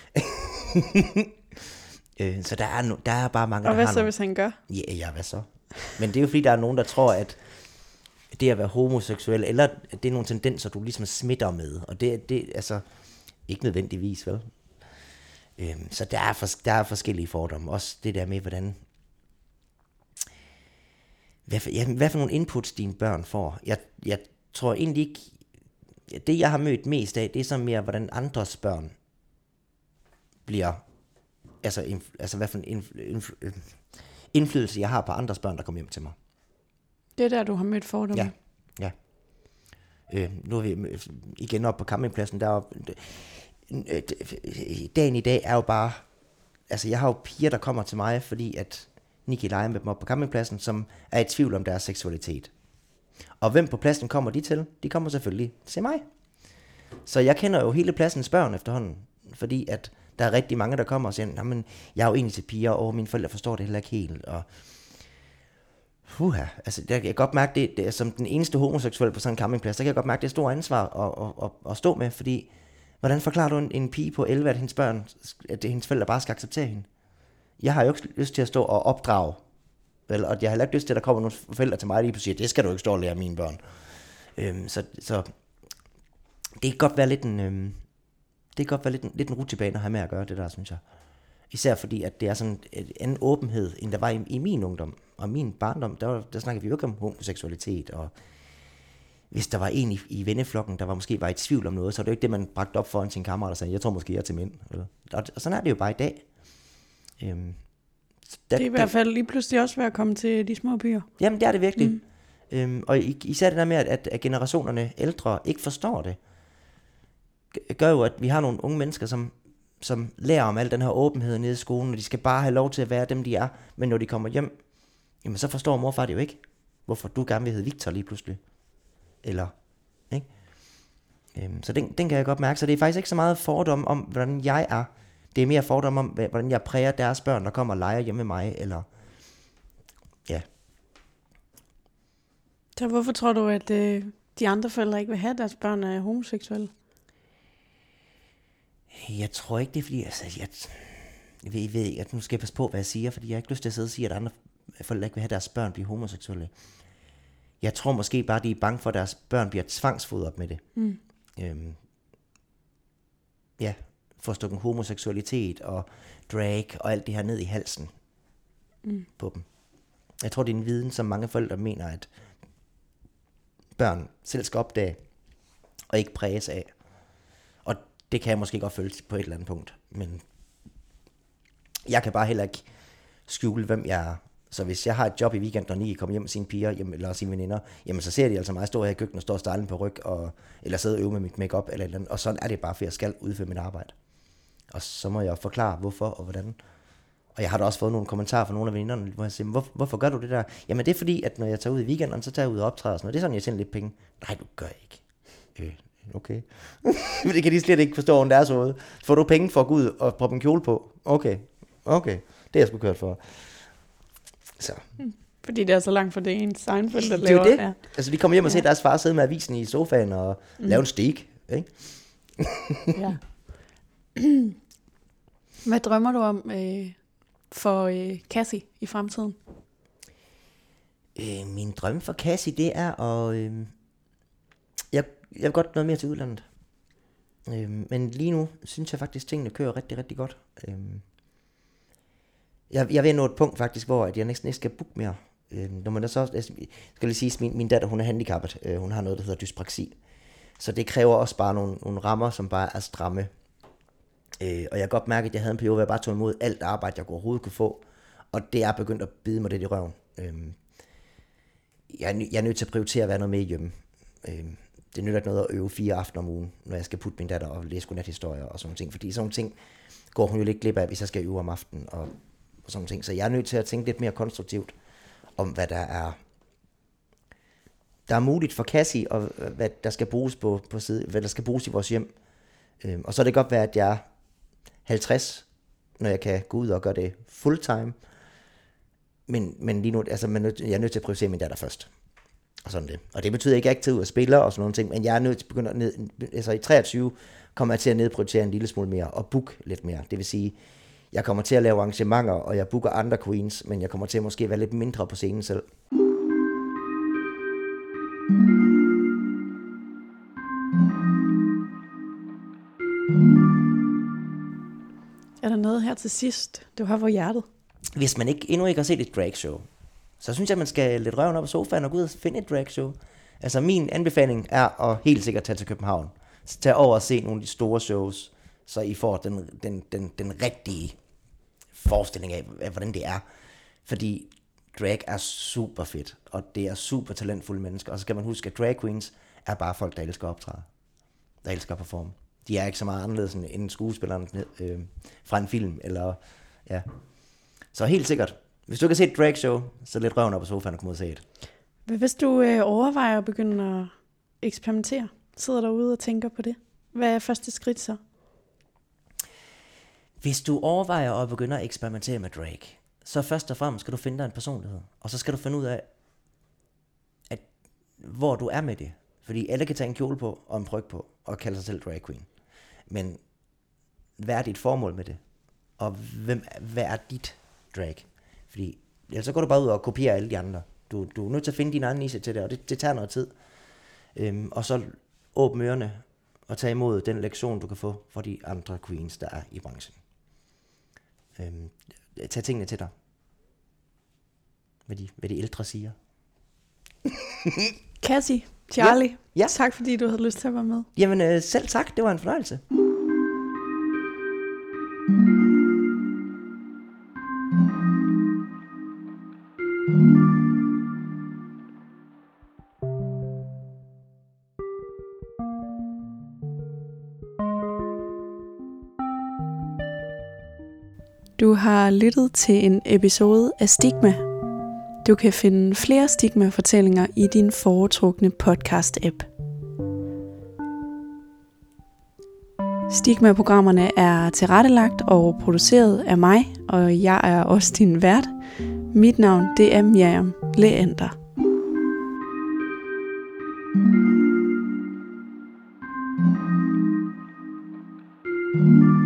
øh, så der er, no, der er bare mange, og der har hvad så, nogle... hvis han gør? Ja, ja, hvad så? Men det er jo fordi, der er nogen, der tror, at det at være homoseksuel, eller det er nogle tendenser, du ligesom smitter med. Og det, det altså ikke nødvendigvis, vel? Øhm, så der er, for, der er forskellige fordomme. Også det der med, hvordan... Hvad for, ja, hvad for nogle inputs dine børn får. Jeg, jeg tror egentlig ikke... Det, jeg har mødt mest af, det er så mere, hvordan andres børn bliver... Altså, inf, altså hvad for en inf, inf, indflydelse, jeg har på andres børn, der kommer hjem til mig. Det er der, du har mødt fordomme? Ja, ja. Øh, nu er vi igen oppe på campingpladsen. Der er, øh, dagen i dag er jo bare... Altså, jeg har jo piger, der kommer til mig, fordi at Nikki leger med dem oppe på campingpladsen, som er i tvivl om deres seksualitet. Og hvem på pladsen kommer de til? De kommer selvfølgelig til mig. Så jeg kender jo hele pladsens børn efterhånden, fordi at der er rigtig mange, der kommer og siger, men jeg er jo egentlig til piger, og mine forældre forstår det heller ikke helt, og Puha, altså jeg kan godt mærke det, det er, som den eneste homoseksuelle på sådan en campingplads, der kan jeg godt mærke, det er et stort ansvar at, at, at, at stå med, fordi hvordan forklarer du en, en pige på elleve, at hendes børn, at det, hendes forældre bare skal acceptere hende? Jeg har jo ikke lyst til at stå og opdrage, vel, og jeg har heller ikke lyst til, at der kommer nogle forældre til mig, og lige pludselig siger, det skal du ikke stå og lære mine børn. Øhm, så, så det kan godt være lidt en, øhm, det kan godt være lidt en, lidt en rutsjebane at have med at gøre det der, synes jeg. Især fordi, at det er sådan en anden åbenhed, end der var i, i min ungdom. Og min barndom, der, der snakkede vi jo ikke om homoseksualitet. Og hvis der var en i, i venneflokken, der var måske var i tvivl om noget, så var det jo ikke det, man bragte op foran sin kammerat og sagde, jeg tror måske, jeg er til mænd. Eller? Og, og sådan er det jo bare i dag. Øhm, der, det er i hvert fald lige pludselig også ved at komme til de små byer. Jamen, det er det virkelig. Mm. Øhm, og især det der med, at, at generationerne ældre ikke forstår det, gør jo, at vi har nogle unge mennesker, som som lærer om al den her åbenhed nede i skolen, og de skal bare have lov til at være dem, de er. Men når de kommer hjem, jamen så forstår mor og far det jo ikke. Hvorfor du gerne vil hedde Victor lige pludselig. Eller, ikke? Øhm, så den, den kan jeg godt mærke. Så det er faktisk ikke så meget fordom om, hvordan jeg er. Det er mere fordom om, hvordan jeg præger deres børn, der kommer og leger hjemme med mig. Eller, ja. Så hvorfor tror du, at øh, de andre forældre ikke vil have, at deres børn er homoseksuelle? Jeg tror ikke, det er fordi, altså, jeg, jeg ved, jeg ved ikke, at nu skal jeg passe på, hvad jeg siger, fordi jeg har ikke lyst til at sidde og sige, at andre forældre ikke vil have deres børn blive homoseksuelle. Jeg tror måske bare, de er bange for, at deres børn bliver tvangsfodret med det. Mm. Øhm, ja, for at stukke homoseksualitet og drag og alt det her ned i halsen mm. på dem. Jeg tror, det er en viden, som mange forældre mener, at børn selv skal opdage og ikke præges af. Og det kan jeg måske godt føle på et eller andet punkt, men jeg kan bare heller ikke skjule, hvem jeg er. Så hvis jeg har et job i weekenden, og Niki kommer hjem med sine piger, hjem, eller sine veninder, jamen så ser de altså mig stå her i køkkenet og stå og stejle på ryg, og, eller sidde og øve med mit makeup eller et eller andet. Og sådan er det bare, for jeg skal udføre mit arbejde. Og så må jeg forklare, hvorfor og hvordan. Og jeg har da også fået nogle kommentarer fra nogle af veninderne, hvor jeg siger, Hvor, hvorfor gør du det der? Jamen det er fordi, at når jeg tager ud i weekenden, så tager jeg ud og optræder og sådan noget. Det er sådan, jeg tjener lidt penge. Nej, du gør ikke. Øh, okay. Det kan de slet ikke forstå om deres hoved. Får du penge for at gå ud og proppe en kjole på? Okay. Okay. Det er jeg sgu kørt for. Så. Fordi det er så langt fra det ens egen forældre laver. Det er det. Ja. Altså de kommer hjem og ser ja. deres far sidde med avisen i sofaen og mm. lave en steak. Ikke? Ja. Hvad drømmer du om øh, for øh, Cassie i fremtiden? Øh, min drøm for Cassie, det er at... Øh, jeg, jeg vil godt noget mere til udlandet. Øh, men lige nu synes jeg faktisk, at tingene kører rigtig, rigtig godt. Øh, jeg, jeg er ved at nå et punkt faktisk, hvor jeg næsten ikke skal booke mere. Øh, når man så, jeg skal lige sige, min, min datter, hun er handicappet. Øh, hun har noget, der hedder dyspraksi. Så det kræver også bare nogle, nogle rammer, som bare er stramme. Øh, og jeg kan godt mærke, at jeg havde en periode, hvor jeg bare tog imod alt arbejde, jeg overhovedet kunne få. Og det er begyndt at bide mig lidt i røven. Øh, jeg, er, jeg er nødt til at prioritere at være noget med hjemme. Øh, det nytter ikke noget at øve fire aftener om ugen, når jeg skal putte min datter og læse godnathistorier og sådan ting. Fordi sådan nogle ting går hun jo lidt glip af, hvis jeg skal øve om aftenen og, og sådan ting. Så jeg er nødt til at tænke lidt mere konstruktivt om, hvad der er der er muligt for Cassie, og hvad der skal bruges på, på side, hvad der skal bruges i vores hjem. Øhm, og så er det godt være, at jeg er halvtreds, når jeg kan gå ud og gøre det full time. Men, men lige nu, altså, man er nødt, jeg er nødt til at prioritere min datter først. Og sådan det. Og det betyder ikke, at jeg ikke tager ud og spiller og sådan nogle ting, men jeg er nødt til at begynde at ned, altså i treogtyve kommer jeg til at nedprioritere en lille smule mere og booke lidt mere. Det vil sige, jeg kommer til at lave arrangementer, og jeg booker andre queens, men jeg kommer til at måske være lidt mindre på scenen selv. Er der noget her til sidst, du har på hjertet? Hvis man ikke, endnu ikke har set et dragshow, så synes jeg, man skal lidt røven op af sofaen og gå ud og finde et dragshow. Altså min anbefaling er at helt sikkert tage til København. Så tag over og se nogle af de store shows, så I får den, den, den, den rigtige forestilling af, af, hvordan det er. Fordi drag er super fedt, og det er super talentfulde mennesker. Og så skal man huske, at drag queens er bare folk, der elsker at optræde. Der elsker at performe. De er ikke så meget anderledes end skuespilleren øh, fra en film. Eller, ja. Så helt sikkert, hvis du kan se et drag show, så lidt røven op på sofaen og komme ud og se et. Hvis du øh, overvejer at begynde at eksperimentere, sidder derude og tænker på det, hvad er første skridt så? Hvis du overvejer at begynde at eksperimentere med drag, så først og fremmest skal du finde dig en personlighed. Og så skal du finde ud af, at, hvor du er med det. Fordi alle kan tage en kjole på og en pryg på og kalde sig selv drag queen. Men hvad er dit formål med det? Og hvem, hvad er dit drag? Fordi ellers så går du bare ud og kopierer alle de andre. Du, du er nødt til at finde din egen niche til det, og det, det tager noget tid. Øhm, og så åbne ørerne og tage imod den lektion, du kan få fra de andre queens, der er i branchen. Øhm, tag tingene til dig. Hvad de, hvad de ældre siger. Cassie, Charlie, ja. Ja. Tak fordi du havde lyst til at være med. Jamen øh, selv tak, det var en fornøjelse. Du har lyttet til en episode af Stigma. Du kan finde flere Stigma-fortællinger i din foretrukne podcast-app. Stigma-programmerne er tilrettelagt og produceret af mig, og jeg er også din vært. Mit navn det er Miriam Leander. thank you